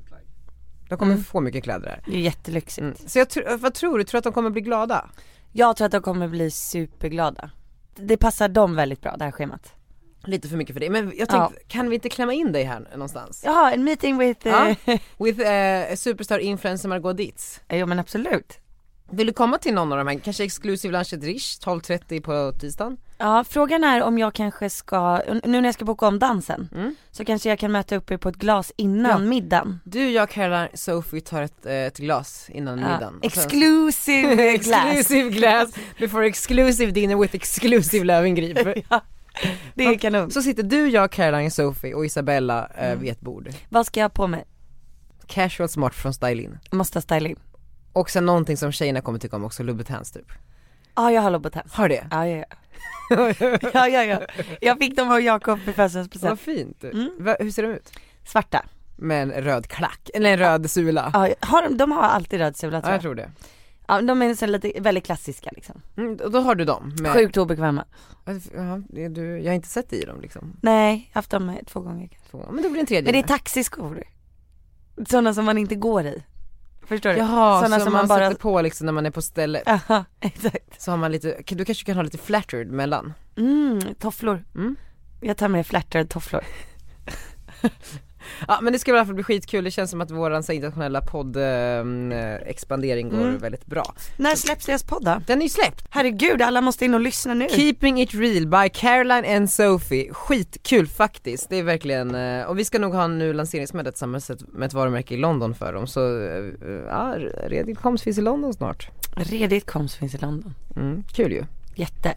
De kommer mm. få mycket kläder där. Det är jättelyxigt. Mm. Så jag tr- vad tror du? Tror du att de kommer bli glada? Jag tror att de kommer bli superglada. Det passar dem väldigt bra, det här schemat. Lite för mycket för det. Men jag tänkte, ja. kan vi inte klämma in dig här någonstans? Ja, en meeting with... Uh... Ja, with uh, superstar influencer Margot Dietz. Ja, men absolut. Vill du komma till någon av de här? Kanske exklusiv lunchet Rish tolv trettio på tisdagen? Ja, frågan är om jag kanske ska, nu när jag ska boka om dansen, mm. så kanske jag kan möta upp er på ett glas innan ja. middagen. Du, jag, Caroline, Sophie tar ett, ett glas innan ja. middagen. Exclusive glass. Exclusive glass before exclusive dinner with exclusive Löwengrip. Ja. Det är kanon. Så sitter du, jag, Caroline, Sophie och Isabella eh, Mm. vid ett bord. Vad ska jag ha på mig? Casual smart från Stylin. Måste ha styling. Och sen någonting som tjejerna kommer tycka om också, Louboutins typ. Ja, jag har Louboutins. Har det? Ja, ja, ja. ja, ja, ja. Jag fick dem av Jakob i Vad födelsedagspresent. fint. Mm. Va, hur ser de ut? Svarta. Med en röd klack, eller en röd sula. Ja, har de, de har alltid röd sula, Ja, tror jag jag. tror det. Ja, de är så lite, väldigt klassiska liksom. Mm, och då har du dem med... Sjukt obekväma. Ja, det är du, jag har inte sett i dem liksom. Nej, haft dem med två gånger. Så, men det blir en tredje. Men det är taxiskor. Sådana som man inte går i. Förstår du? Jaha, Sådana som, som man, man bara- sätter på liksom när man är på stället. Aha, exakt. Så har man lite, du kanske kan ha lite flattered mellan. Mm, tofflor. Mm. Jag tar med flattered tofflor. Ja, men det ska i alla fall bli skitkul. Det känns som att våran så internationella podd eh, expandering går Mm. väldigt bra. När släpps deras podd då? Den är ju släppt. Herregud, alla måste in och lyssna nu. Keeping it real by Caroline and Sophie. Skitkul faktiskt. Det är verkligen, eh, och vi ska nog ha en nu lanseringsmöte tillsammans med ett varumärke i London för dem. Så eh, ja, Redigt Koms finns i London snart. Redigt Koms finns i London. Mm, kul ju. Jätte.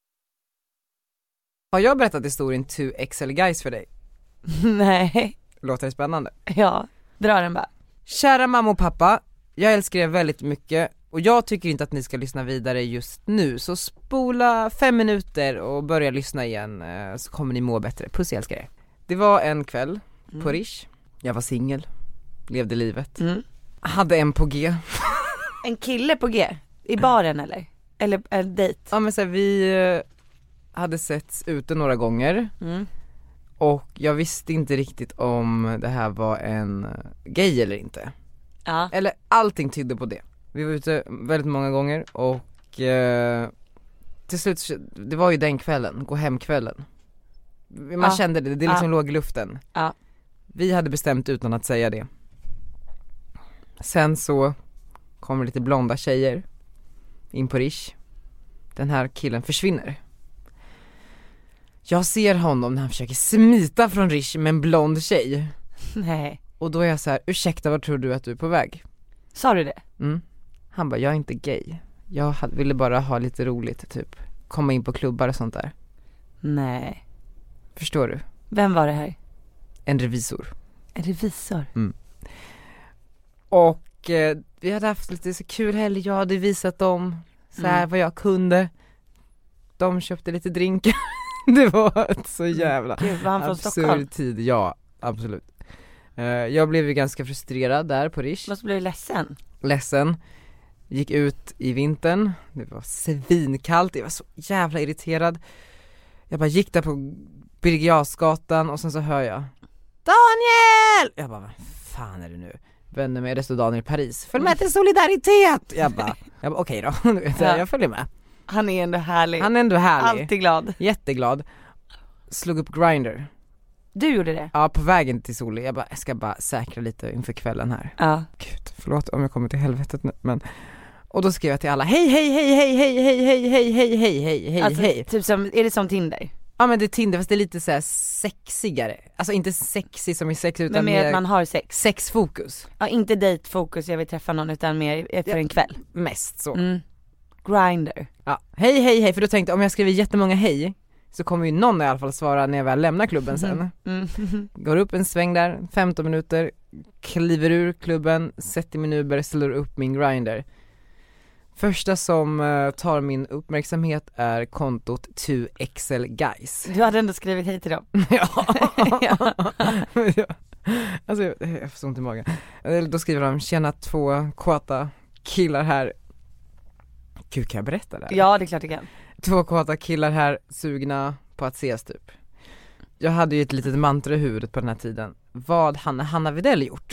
Har jag berättat historien To X L Guys för dig? Nej. Låter det spännande? Ja, dra den bara. Kära mamma och pappa, jag älskar er väldigt mycket och jag tycker inte att ni ska lyssna vidare just nu. Så spola fem minuter och börja lyssna igen, eh, så kommer ni må bättre. Puss, jag älskar er. Det var en kväll Mm. på Rish. Jag var singel, levde livet. Mm. Hade en på G. En kille på G? I baren eller? Eller en dejt? Ja, men så här, vi eh, hade setts ute några gånger. Mm. Och jag visste inte riktigt om det här var en gay eller inte. Ja. Eller allting tydde på det. Vi var ute väldigt många gånger och eh, till slut, det var ju den kvällen, gå hem kvällen. Man Ja. kände det, det liksom Ja. låg i luften. Ja. Vi hade bestämt utan att säga det. Sen så kommer lite blonda tjejer in på Rish. Den här killen försvinner. Jag ser honom när han försöker smita från Rish med en blond tjej. Nej. Och då är jag så här: ursäkta, vad tror du att du är på väg? Sa du det? Mm. Han bara, jag är inte gay. Jag hade, ville bara ha lite roligt, typ komma in på klubbar och sånt där. Nej. Förstår du? Vem var det här? En revisor. En revisor? Och eh, vi hade haft lite så kul helg. Jag hade visat dem så här Mm. vad jag kunde. De köpte lite drinkar. Det var ett så jävla Gud, var han från Stockholm? absurd tid. Ja, absolut. Eh, jag blev ju ganska frustrerad där på Rish. Måste bli ledsen. Ledsen. Gick ut i vintern. Det var svinkallt. Jag var så jävla irriterad. Jag bara gick där på Birger Jarlsgatan och sen så hör jag Daniel! Jag bara, vad fan är det nu? Vänner med, det stod Daniel i Paris. Följ med till Solidaritet! Jag bara, jag bara okej då. Du vet, Ja. Jag följer med. Han är ändå härlig. Han är ändå härlig. Alltid glad. Jätteglad. Slog upp Grindr. Du gjorde det? Ja, på vägen till Soli. Jag bara, jag ska bara säkra lite inför kvällen här. Ja. Gud, förlåt om jag kommer till helvetet nu, men... Och då skrev jag till alla, hej, hej, hej, hej, hej, hej, hej, hej, hej, hej, hej, hej, Alltså, hej. typ som, är det som Tinder? Ja, men det är Tinder, fast det är lite så här sexigare. Alltså inte sexig som i sex, utan Men med mer att man har sex? sexfokus. Ja, inte dejtfokus, jag vill träffa någon, utan mer för Ja. en kväll. Mest så. Mm. Grindr. Ja, hej, hej, hej, för då tänkte jag, om jag skriver jättemånga hej, så kommer ju någon i alla fall svara när jag väl lämnar klubben sen. Mm. Går upp en sväng där, femton minuter, kliver ur klubben, sätter min Uber, ställer upp min Grindr. Första som uh, tar min uppmärksamhet är kontot To X L Guys. Du hade ändå skrivit hej till dem. Ja. Ja. Ja. Alltså jag, jag får så ont i magen. Eh, Då skriver de, tjena två kåta killar här. Gud, kan jag berätta det här? Ja, det är klart jag kan. Två kåta killar här, sugna på att ses typ. Jag hade ju ett litet mantra i huvudet på den här tiden. Vad hade Hanna Widell gjort?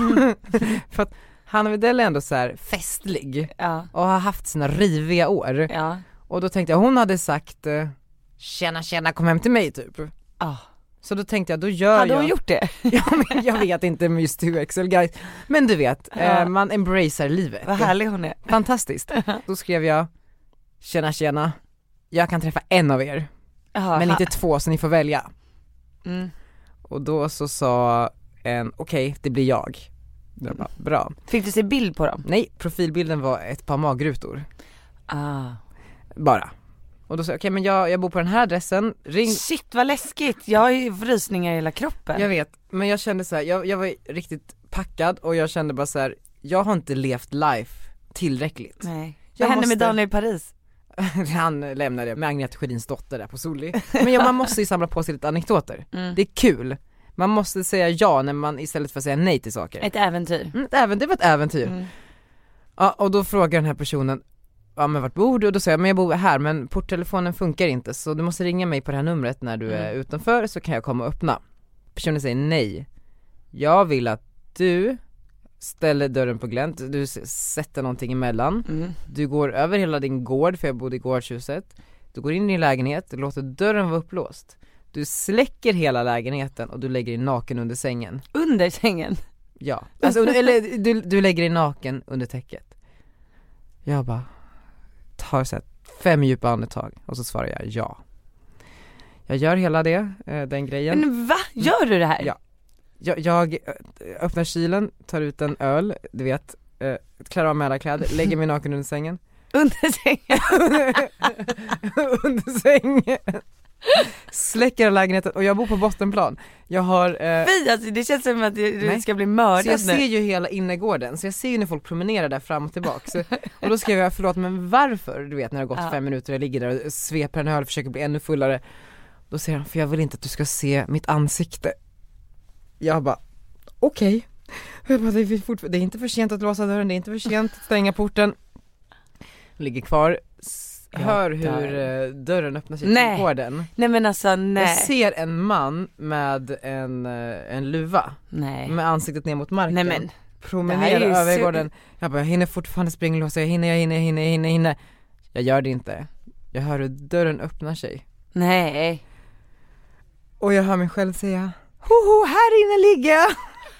För att Hanna Widell är ändå så här festlig Ja. och har haft sina riviga år. Ja. Och då tänkte jag, hon hade sagt eh, tjena tjena, kom hem till mig typ. Ah. Så då tänkte jag, då gör Hade jag hon gjort det? Ja, men jag vet inte med just To X L Guys. Men du vet, Ja. eh, man embracear livet. Vad härlig hon är. Fantastiskt. Då skrev jag, tjena tjena, jag kan träffa en av er, Jaha, men ha- inte två, så ni får välja. Mm. Och då så sa en, okej, det blir jag. Jag bara, bra. Fick du se bild på dem? Nej, profilbilden var ett par magrutor. Ah. Bara. Och då sa jag, okej okay, men jag, jag bor på den här adressen, ring. Shit vad läskigt, jag har ju rysningar i hela kroppen. Jag vet, men jag kände så här, jag, jag var riktigt packad och jag kände bara så här, jag har inte levt life tillräckligt. Nej. Jag Vad hände måste... med Daniel Paris? Han lämnade med Agneta Sjödins dotter där på Solli. Men ja, man måste ju samla på sig lite anekdoter. Mm. Det är kul. Man måste säga ja när man istället för att säga nej till saker. Ett äventyr. Mm, ett äventyr var ett äventyr. Mm. Ja, och då frågar den här personen, ja men vart bor du? Och då säger jag, men jag bor här, men porttelefonen funkar inte, så du måste ringa mig på det här numret när du mm. är utanför, så kan jag komma och öppna. Personen säger nej. Jag vill att du ställer dörren på glänt, du sätter någonting emellan. Mm. Du går över hela din gård, för jag bodde i gårdshuset. Du går in i din lägenhet, du låter dörren vara upplåst. Du släcker hela lägenheten och du lägger dig naken under sängen. Under sängen? Ja, alltså, eller du, du lägger dig naken under täcket. Jag bara tar så här fem djupa andetag och så svarar jag ja. Jag gör hela det, den grejen. Men va? Gör du det här? Ja. Jag, jag öppnar kylen, tar ut en öl, du vet, klär av mig alla kläder, lägger mig naken under sängen. Under sängen? Under sängen. Släcker lägenheten och jag bor på bottenplan. Jag har eh... Fy, alltså, det känns som att du Nej. ska bli mördad. Så jag ser ju hela innergården. Så jag ser ju när folk promenerar där fram och tillbaka. Så, och då skrev jag, förlåt men varför? Du vet när det har gått ja. fem minuter, jag ligger där och sveper en öl och försöker bli ännu fullare. Då säger han, för jag vill inte att du ska se mitt ansikte. Jag bara, okej okay. Jag bara, det, är fort... det är inte för sent att låsa dörren, det är inte för sent att stänga porten. Ligger kvar. Hör hur uh, dörren öppnar sig nej. till gården. Nej men alltså nej. Jag ser en man med en, uh, en luva. Nej. Med ansiktet ner mot marken. Nej men. Promenerar över så... gården. Jag bara, jag hinner fortfarande springlåsa. Jag hinner, jag hinner, jag hinner, jag hinner, jag hinner. Jag gör det inte. Jag hör hur dörren öppnar sig. Nej. Och jag hör mig själv säga, hoho, här inne ligger jag.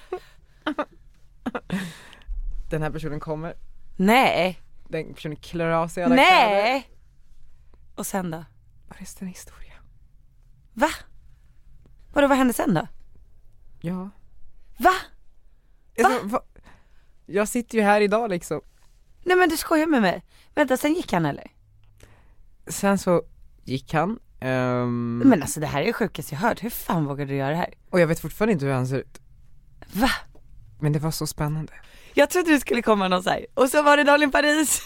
Den här personen kommer. Nej. Den personen klär av sig alla Nej. kläder. Och sen då? Vad är resten historia? Va? Vadå, vad hände sen då? Ja. Va? Va? Alltså, va? Jag sitter ju här idag liksom. Nej men du skojar med mig. Vänta, sen gick han eller? Sen så gick han. Um... Men alltså det här är det sjukaste jag hört. Hur fan vågar du göra det här? Och jag vet fortfarande inte hur han ser ut. Va? Men det var så spännande. Jag trodde du skulle komma någon så här. Och så var det Daniel Paris.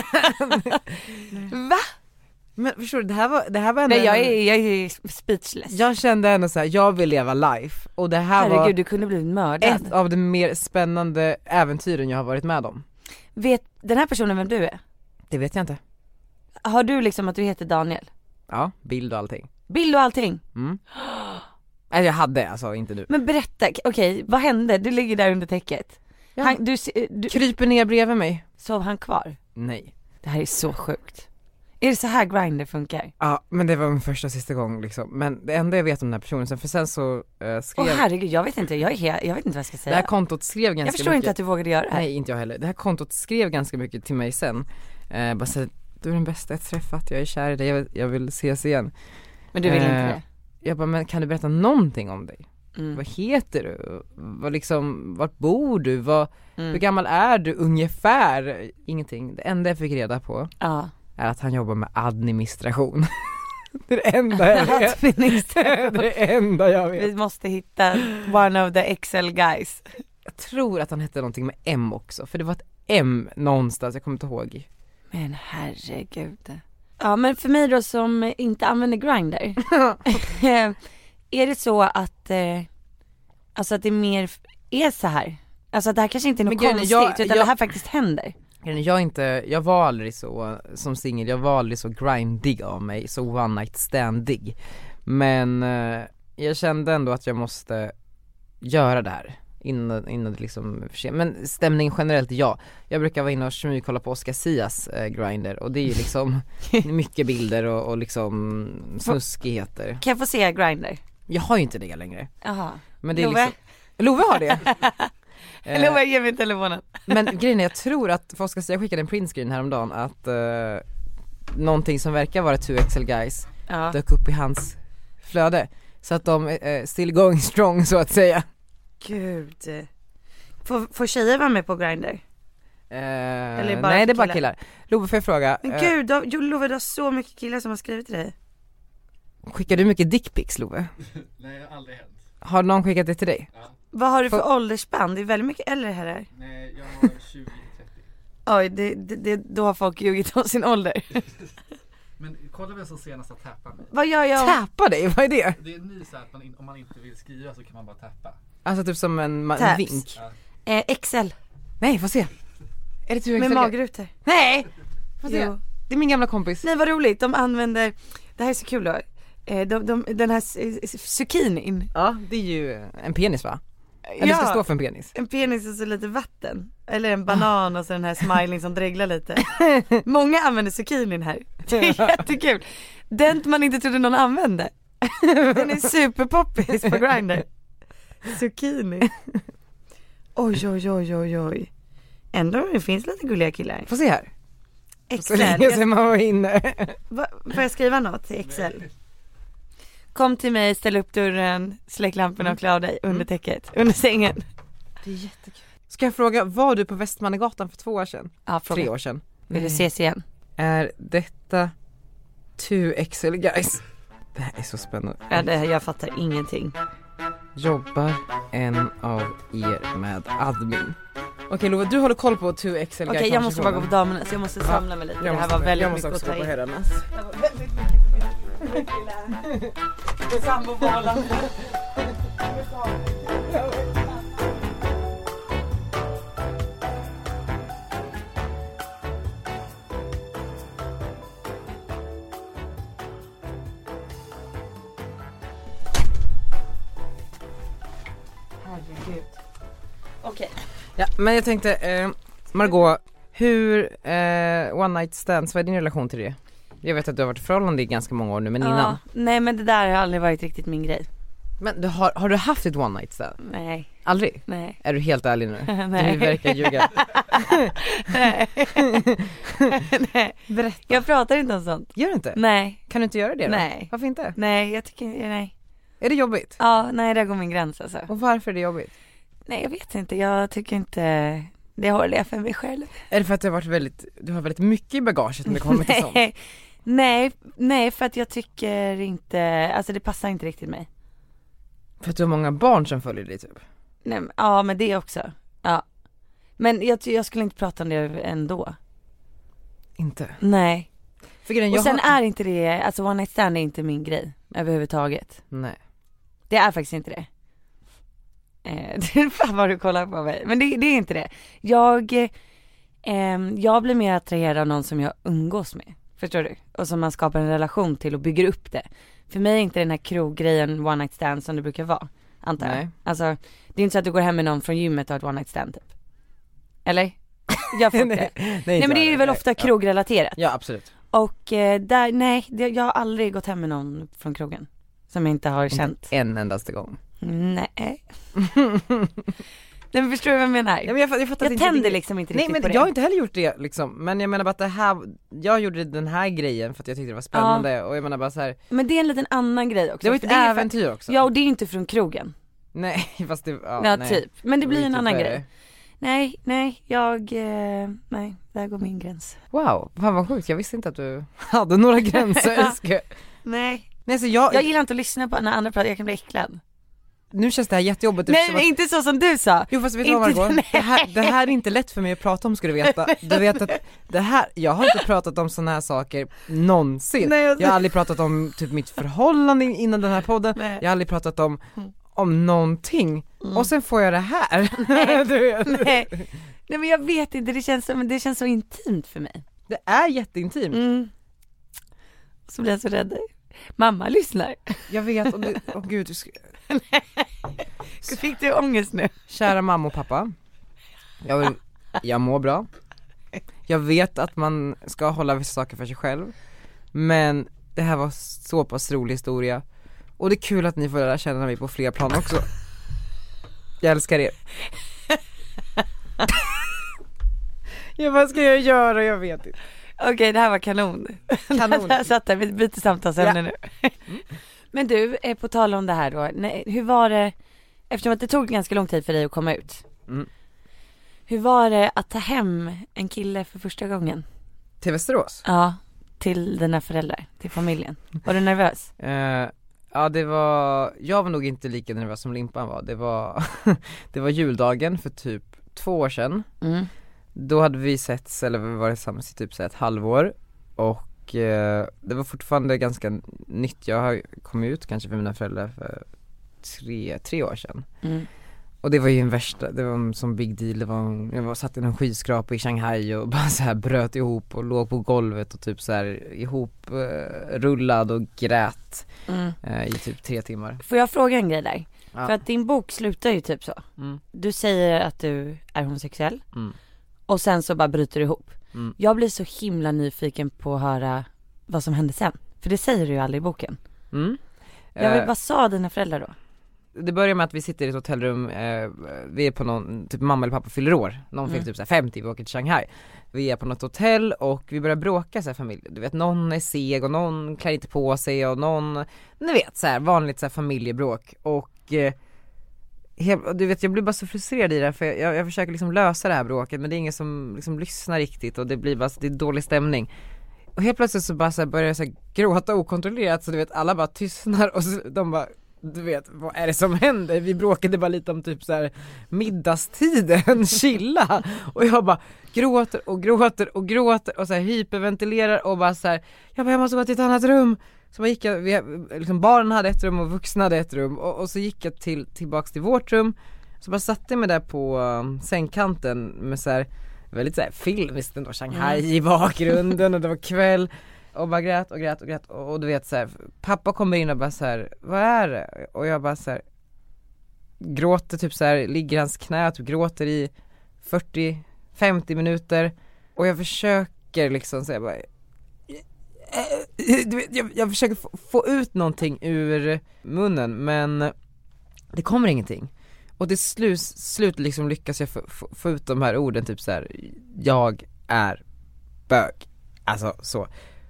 Va? Men förstår du, det här var, det här var ändå... Nej, jag är, jag är speechless. Jag kände ändå så här, jag vill leva life. Och det här Herregud, var du kunde bli mördad. ett av de mer spännande äventyren jag har varit med om. Vet den här personen vem du är? Det vet jag inte. Har du liksom att du heter Daniel? Ja, bild och allting. Bild och allting? Mm. Nej, jag hade, alltså inte du. Men berätta, okej, okay, vad hände? Du ligger där under täcket. Ja. Han, du, du kryper ner bredvid mig. Sov han kvar? Nej. Det här är så sjukt. Är det så här Grindr funkar? Ja, men det var min första och sista gång liksom. Men det enda jag vet om den här personen sen, för sen så uh, skrev... Åh oh, herregud, jag vet inte, jag, är he- jag vet inte vad jag ska säga. Det här kontot skrev ganska mycket. Jag förstår mycket. inte att du vågade göra det här. Nej, inte jag heller. Det här kontot skrev ganska mycket till mig sen. Uh, bara så, du är den bästa jag träffat, jag är kär i dig, jag vill, jag vill ses igen. Men du vill uh, inte det? Jag bara, men kan du berätta någonting om dig? Mm. Vad heter du? Vad liksom, vart bor du? Vad, mm. Hur gammal är du ungefär? Ingenting. Det enda jag fick reda på ja. är att han jobbar med administration. Det är det enda jag vet. Det är det enda jag vet. Vi måste hitta one of the Excel guys. Jag tror att han hette någonting med M också. För det var ett M någonstans, jag kommer inte ihåg. Men herregud. Ja, men för mig då som inte använder Grindr. Är det så att eh, alltså att det mer är så här? Alltså att det här kanske inte är något men, konstigt jag, utan jag, det här faktiskt händer. Jag inte, jag var aldrig så som singel, jag var aldrig så grindig av mig, så one night standig. Men eh, jag kände ändå att jag måste göra det här innan, innan det liksom för sent. Men stämningen generellt, ja. Jag brukar vara inne och smyg kolla på Oscar Sias eh, Grindr. Och det är ju liksom mycket bilder och, och liksom snuskigheter. Kan jag få se Grindr? Jag har ju inte det längre. Jaha. Men det är Love? liksom Love har det. eh, Love, ge mig telefonen. Men grejen är, jag tror att, för Oscar Sia skickade en printscreen häromdagen att eh, någonting som verkar vara two X L guys ja. dök upp i hans flöde. Så att de är eh, still going strong så att säga. Gud. Får, får tjejer vara med på Grindr? Eh, bara nej det är bara killar? killar. Love, får jag fråga? Men eh, gud, då, jo, Love, du har så mycket killar som har skrivit till dig. skickar du mycket dickpics, Love? Nej, det har aldrig hänt. Har någon skickat det till dig? Ja. Vad har du för Får- åldersspann? Det är väldigt mycket äldre här. Nej, jag har tjugo trettio. Oj, det, det, det, då har folk ljugit om sin ålder. Men kolla vem som senast har tappat mig. Vad gör jag? Täpa dig, vad är det? Det är en ny så här att man in, om man inte vill skriva så kan man bara tappa. Alltså typ som en, ma- en Taps. vink. Ja. Eh, X L. Nej, får se. Är det tur Med magrutor. Nej! Får se. Jo. Det är min gamla kompis. Nej, vad roligt. De använder, det här är så kul då. Eh, de, de, den här s- zucchinin. Ja, det är ju en penis, va? Eller Ja. ska stå för en penis. En penis och så lite vatten. Eller en banan och så den här smiling som dreglar lite. Många använder zucchinin här. Det är jättekul. Den man inte trodde någon använde. Den är superpoppis på Grindr. Zucchini. Oj oj oj oj oj. Ändå det finns lite gulliga killar. Får se här. Så X L. länge sedan man var inne. Va, får jag skriva något till X L? Kom till mig, ställ upp dörren, släck lamporna och klä av dig under täcket, under sängen. Det är jättekul. Ska jag fråga, var du på Västmannegatan för två år sedan? Ja, Tre år sedan. Vill du ses igen? Är detta two X L guys? Det här är så spännande. Ja, det, jag fattar ingenting. Jobbar en av er med admin? Okej Love, du håller koll på two X L guys. Okej, jag måste bara gå på damerna så jag måste samla mig lite. Jag Det här måste, var väldigt jag måste mycket också att gå ta på in. herrarnas. Det var väldigt mycket. Samboförhållande. Herregud. Okej. Ja, men jag tänkte, eh, Margot, hur, eh, one night stands, vad är din relation till det? Jag vet att du har varit i förhållande i ganska många år nu, men innan. Ja, nej men det där har aldrig varit riktigt min grej. Men du har, har du haft ett one night stand? Nej, Aldrig? nej. Är du helt ärlig nu? Nej. Du verkar ljuga. Nej. Nej. Berätta. Jag pratar inte om sånt. Gör du inte? Nej. Kan du inte göra det då? Nej. Varför inte? Nej, jag tycker nej. Är det jobbigt? Ja, nej, där går min gräns alltså. Och varför är det jobbigt? Nej, jag vet inte. Jag tycker inte det håller jag för mig själv. Är det för att du har varit väldigt, du har väldigt mycket i bagaget när det kommer till sånt? Nej. Nej, nej, för att jag tycker inte, alltså det passar inte riktigt mig. För att du har många barn som följer dig typ? Nej, men- ja, men det också. Ja. Men jag, jag skulle inte prata om det ändå. Inte? Nej. För grejen, jag Och sen har... är inte det, alltså one night stand är inte min grej överhuvudtaget. Nej. Det är faktiskt inte det. Eh, fan vad du kollar på mig. Men det, det är inte det. Jag, eh, jag blir mer attraherad av någon som jag umgås med. Förstår du? Och som man skapar en relation till och bygger upp det. För mig är inte den här kroggrejen one night stand som det brukar vara. Antar jag. Nej. Alltså, det är inte så att du går hem med någon från gymmet och har ett one night stand typ. Eller? Jag får inte det. nej, Nej, men det är ju väl nej. ofta krogrelaterat. Ja, absolut. Och eh, där, nej, det, jag har aldrig gått hem med någon från krogen. Som jag inte har känt. En endaste gång. Nej. Nej, men förstår du vad jag menar? Ja, men jag, jag, fattar Jag inte tänder riktigt. liksom inte Nej riktigt men på det. jag har inte heller gjort det liksom. Men jag menar bara att det här, jag gjorde den här grejen för att jag tyckte det var spännande. Ja. Och jag menar bara så här. Men det är en liten annan grej också. Det var ett För det är för- äventyr också. Ja, och det är inte från krogen. Nej fast det, ja, Ja, nej. typ. Men det blir var en ju annan typ grej. värre. Nej, nej, jag, eh, nej, där går min gräns. Wow, fan vad sjukt, jag visste inte att du hade några gränser. Ja. Ska... Nej. Nej så jag, Jag gillar inte att lyssna på när andra pratar, jag kan bli äcklad. nu känns det här jättejobbigt. Nej, eftersom men att... inte så som du sa. Jo fast vet du vad Inte- Margot? nej. Det här, det här är inte lätt för mig att prata om, ska du veta. Du vet att det här, jag har inte pratat om såna här saker någonsin. Nej, jag- Jag har aldrig pratat om typ mitt förhållande innan den här podden. Nej. Jag har aldrig pratat om, om någonting. Mm. Och sen får jag det här. Du vet. Nej. Nej, men jag vet inte, det känns, som, det känns så intimt för mig. Det är jätteintimt. Mm. Så blir jag så rädd. Mamma lyssnar. Jag vet, och det, åh gud, du ska... Fick du ångest nu? Kära mamma och pappa, jag, vill, jag mår bra. Jag vet att man ska hålla vissa saker för sig själv. Men det här var så pass rolig historia. Och det är kul att ni får lära känna mig på fler plan också. Jag älskar er. Ja, vad ska jag göra? Jag vet inte. Okej, det här var kanon. Kanon. Jag satt där, vi byter samtalsämne Ja. nu. Men du, eh, på tal om det här då, nej, hur var det, eftersom att det tog ganska lång tid för dig att komma ut. Mm. Hur var det att ta hem en kille för första gången? Till Västerås? Ja, till dina föräldrar, till familjen. Var du nervös? Eh, ja det var, jag var nog inte lika nervös som Limpan var. Det var, det var juldagen för typ två år sedan. Mm. Då hade vi setts, eller vi var tillsammans i typ så ett halvår. Och eh, det var fortfarande ganska nytt. Jag har kommit ut kanske för mina föräldrar för tre, tre år sedan. Mm. Och det var ju en värsta, det var en sån big deal. Det var en, jag var satt i en skyskrapa i Shanghai och bara så här bröt ihop och låg på golvet och typ så här ihop eh, rullad och grät Mm. eh, i typ tre timmar. Får jag fråga en grej där? Ja. För att din bok slutar ju typ så. Mm. Du säger att du är homosexuell. Mm. Och sen så bara bryter du ihop. Mm. Jag blir så himla nyfiken på att höra vad som hände sen. För det säger du ju aldrig i boken. Mm. Jag vill, Eh, vad sa dina föräldrar då? Det börjar med att vi sitter i ett hotellrum, eh, vi är på någon, typ mamma eller pappa fyller år. Någon Mm. fyller typ så här femtio, vi åker till Shanghai. Vi är på något hotell och vi börjar bråka så här familj. Du vet, någon är seg och någon klär inte på sig och någon, ni vet så här vanligt så här familjebråk. Och eh, helt, du vet, jag blir bara så frustrerad i det här, för jag, jag försöker liksom lösa det här bråket, men det är ingen som liksom lyssnar riktigt och det blir bara, det är dålig stämning. Och helt plötsligt så bara så här börjar jag så här gråta okontrollerat, så du vet, alla bara tystnar och så, de bara, du vet, vad är det som händer? Vi bråkade bara lite om typ så här middagstiden, chilla. Och jag bara gråter och gråter och gråter och så här hyperventilerar och bara så här, jag bara, jag måste gå till ett annat rum. Så gick jag, vi, liksom barnen hade ett rum och vuxna hade ett rum, och, och så gick jag till, tillbaks till vårt rum. Så bara satte jag mig där på um, sängkanten med så här väldigt så här filmiskt ändå, Shanghai Mm. i bakgrunden och det var kväll. Och bara grät och grät och grät och, och du vet så här, pappa kommer in och bara så här, vad är det? Och jag bara så här gråter typ så här, ligger i hans knä och typ gråter i fyrtio femtio minuter. Och jag försöker liksom så här, bara, du vet, jag, jag försöker få, få ut någonting ur munnen, men det kommer ingenting. Och till slut, slut liksom lyckas jag få, få, få ut de här orden typ så här, jag är bög. Alltså så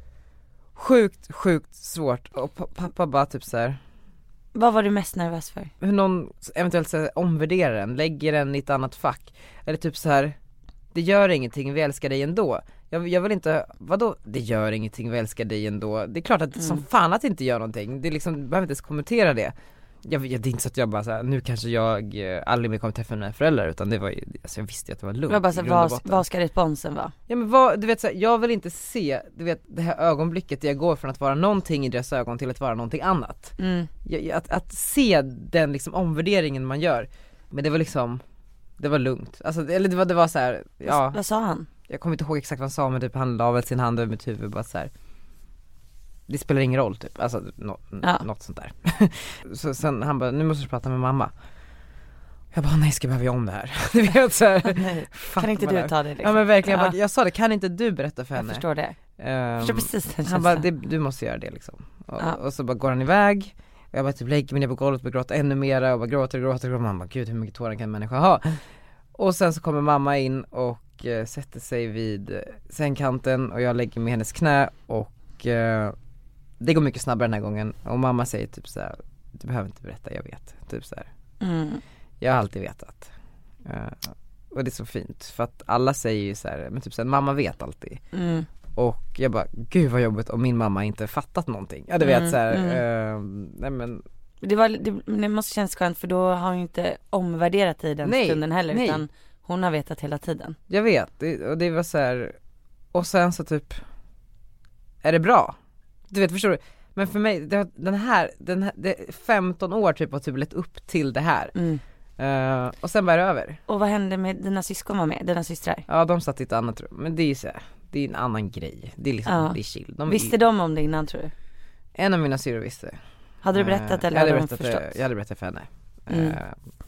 sjukt, sjukt svårt. Och pa- pappa bara typ så här, Vad var du mest nervös för? hur någon eventuellt så här, omvärderar den, lägger den i ett annat fack. Eller typ så här, det gör ingenting, vi älskar dig ändå. Jag, jag vill inte, vadå, det gör ingenting, vi älskar dig ändå. Det är klart att Mm. som fan att det inte gör någonting. Det är liksom, du behöver inte ens kommentera det. Jag, jag, det är inte så att jag bara så här, nu kanske jag eh, aldrig mer kommer träffa mina föräldrar, utan det var ju, alltså jag visste ju att det var lugnt. Det var bara så, i grund och vad, botten. vad ska responsen vara? Ja men vad, du vet så här, jag vill inte se, du vet det här ögonblicket där jag går från att vara någonting i deras ögon till att vara någonting annat. Mm. Jag, jag- att, att se den liksom omvärderingen man gör. Men det var liksom, det var lugnt. Alltså, eller det var, det var så här, ja, Vad, vad sa han? jag kommer inte ihåg exakt vad han sa, men typ han la väl sin hand över mitt huvud bara så här. Det spelar ingen roll typ, alltså nå, Ja. något sånt där. Så sen han bara, nu måste du prata med mamma. Jag bara, nej, ska jag behöva göra om det här? Du vet så här, Nej. fuck Kan inte vad du det- ta det liksom? Ja men verkligen, jag, Ja. bara, jag sa det, kan inte du berätta för Jag henne? förstår det. Ehm, Jag förstår precis den han bara, känslan. det, du måste göra det liksom. Och, Ja. och så bara går han iväg. Och jag bara typ lägger mig ner på golvet och börjar gråta ännu mera och bara gråter och gråter och gråter. Man bara, gud hur mycket tårar kan en människa ha? Och sen så kommer mamma in och eh, sätter sig vid eh, sängkanten och jag lägger mig i hennes knä och eh, det går mycket snabbare den här gången. Och mamma säger typ så här, du behöver inte berätta, jag vet. Typ så här. Mm. Jag har alltid vetat. Eh, och det är så fint för att alla säger ju så här, men typ så här, mamma vet alltid. Mm. Och jag bara, gud vad jobbigt om min mamma inte fattat någonting. Ja du vet Mm, så här, mm. eh, nej men Det, var, det, men det måste kännas skönt, för då har hon inte omvärderat i den Nej, stunden heller, nej. utan hon har vetat hela tiden. jag vet, det, och det var så här. Och sen så typ, är det bra? Du vet, förstår du? Men för mig, det, har- den här, den här det, femton år typ har typ lett upp till det här. Mm. Eh, och sen var det över. Och vad hände med dina syskon var med, dina systrar? Ja, de satt i ett annat rum. Men det är ju så här, det är en annan grej. Det är liksom, Ja. det är chill. De, Visste de om det innan, tror du? En av mina syrror visste. Hade du berättat Eh, eller jag hade hade de berättat förstått? det, Jag hade berättat för henne. Mm. Eh,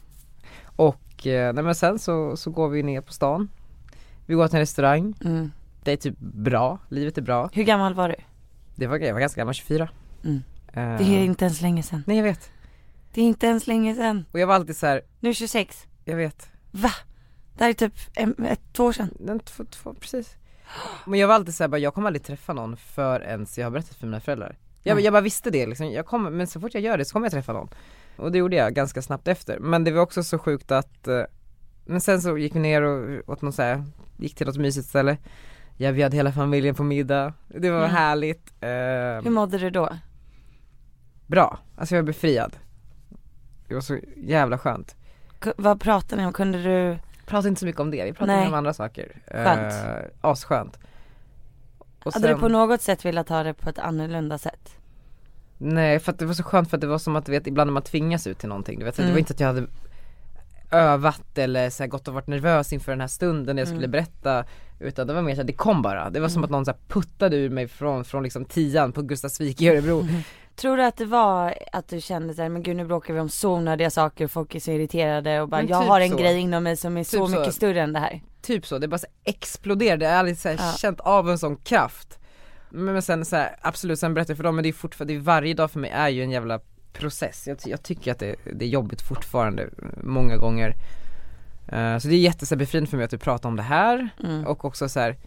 och eh, nej, men sen så, så går vi ner på stan. Vi går till en restaurang. Mm. Det är typ bra, livet är bra. Hur gammal var du? Det var, jag var ganska gammal, tjugofyra. Mm. Eh, Det är inte ens länge sedan. Nej jag vet. Det är inte ens länge sedan. Och jag var alltid så här, Nu är tjugosex. jag vet. Va? Det här är typ en, ett, två år sedan. Den två, två, precis. Men jag var alltid så här, bara, jag kommer aldrig träffa någon förrän jag har berättat för mina föräldrar. Jag, Nej. jag bara visste det liksom. Jag kommer, men så fort jag gör det så kommer jag träffa någon. Och det gjorde jag ganska snabbt efter. Men det var också så sjukt att eh, Men sen så gick vi ner och åt något så här, gick till något mysigt ställe. Jag bjöd hela familjen på middag. Det var mm. härligt. Uh, Hur mådde du då? Bra, alltså jag var befriad. Det var så jävla skönt. K- vad pratade ni om? Kunde du... Pratade inte så mycket om det, vi pratade om andra saker. Skönt. Uh, asskönt. Och Hade sen... du på något sätt velat ta det på ett annorlunda sätt? Nej, för att det var så skönt, för att det var som att du vet, ibland när man tvingas ut till någonting, du vet, mm. det var inte att jag hade övat eller så här, gått och varit nervös inför den här stunden när jag skulle mm. berätta, utan det var mer så att det kom bara. Det var som mm. att någon så här, puttade ur mig från, från liksom tian på Gustavsvik i Örebro. Mm. Tror du att det var att du kände såhär, men gud nu bråkar vi om så onödiga saker och folk är så irriterade och bara, jag typ har en så. grej inom mig som är typ så mycket så. större än det här. Typ så, det bara så exploderade. Jag har aldrig så här, ja. känt av en sån kraft. Men, men sen så här, absolut, sen berättar jag för dem, men det är fortfarande, det är varje dag för mig är ju en jävla process. Jag, jag tycker att det, det är jobbigt fortfarande många gånger. Uh, så det är jättebefriande för mig att du pratar om det här mm. och också så här,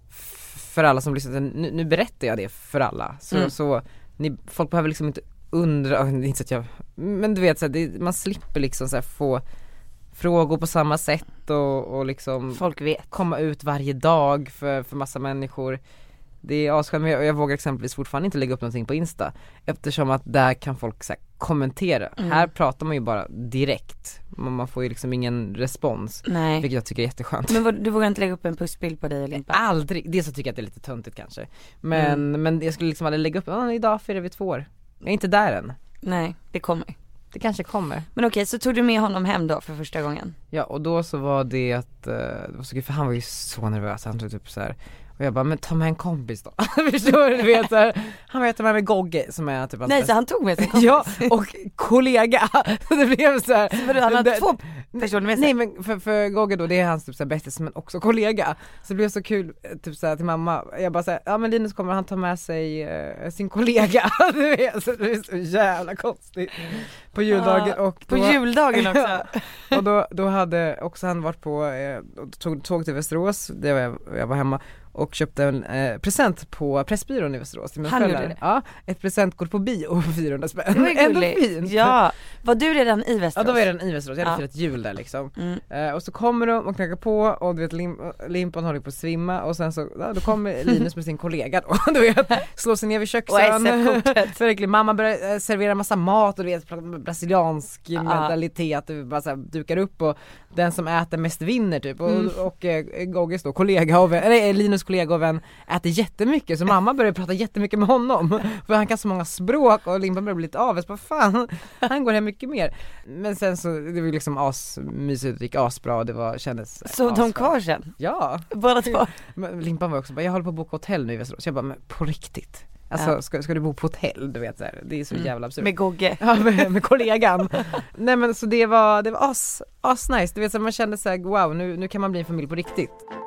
för alla som lyssnar, nu, nu berättar jag det för alla. Så, mm. så ni, folk behöver liksom inte undra, inte så att jag, men du vet så här, det, man slipper liksom så här få frågor på samma sätt och, och liksom folk vet. Komma ut varje dag för, för massa människor. Det är asskönt, men jag, jag vågar exempelvis fortfarande inte lägga upp någonting på Insta, eftersom att där kan folk så här, kommentera. Mm. Här pratar man ju bara direkt. Man, man får ju liksom ingen respons. Nej. Vilket jag tycker är jätteskönt. Men vad, du vågar inte lägga upp en pussbild på dig eller inte? Aldrig. Det så tycker jag att det är lite töntigt kanske. Men, mm. men jag skulle liksom aldrig lägga upp, oh, idag firar vi två år. Jag är inte där än. Nej, det kommer. Det kanske kommer. Men okej, så tog du med honom hem då för första gången? Ja, och då så var det att, uh, det var så kul, för han var ju så nervös. Han tog typ så här. Och jag bara, men ta med en kompis då. Förstår du, du vet så här. Han var ta med mig Gogge som är typ. Nej, så han tog med sin kompis. Ja, och kollega. Det blev så här. Så han hade två personer med sig. Nej, men för, för Gogge då, det är hans typ så här bästis, men också kollega. Så det blev så kul typ så här, till mamma. Jag bara så här, ja men Linus kommer, han ta med sig uh, sin kollega. Du vet, så det är så jävla konstigt. På juldagen och då, på juldagen också. Och då, då hade också han varit på eh, tåg, tåg till Västerås, där jag, jag var hemma och köpte en eh, present på Pressbyrån i Västerås till mig själv. Ja, ett presentkort på bio för fyrahundra spänn. Det var ändå fint. Ja, var du redan i Västerås? Ja, då var jag redan i Västerås. Jag hade ja. firat jul där liksom. Mm. Eh, och så kommer de och knackar på och du vet Lim- Limpan håller på att svimma och sen så ja, då kommer Linus med sin kollega då. Du vet, slår sig ner vid köksön. Så verkligen mamma börjar servera massa mat och du vet brasiliansk ja. mentalitet, du bara så här, dukar upp och den som äter mest vinner typ och, mm. och, och eh, Gogges då kollega och eller Linus kollega och vän äter jättemycket, så mamma börjar prata jättemycket med honom för han kan så många språk och Limpan börjar bli lite avis på fan, han går hem mycket mer. Men sen så det var liksom asmysigt, det gick asbra och det var, kändes så asbra. De kvar sen? Ja. Båda två? Limpan var också bara, jag håller på att boka hotell nu i Västerås. Jag bara, men på riktigt? Alltså ja. ska, ska du bo på hotell, du vet så här. Det är så mm. jävla absurt. Med Gogge. Ja, med, med kollegan. Nej men så det var, det var as, as nice. Du vet så man kände så här, wow, nu, nu kan man bli en familj på riktigt.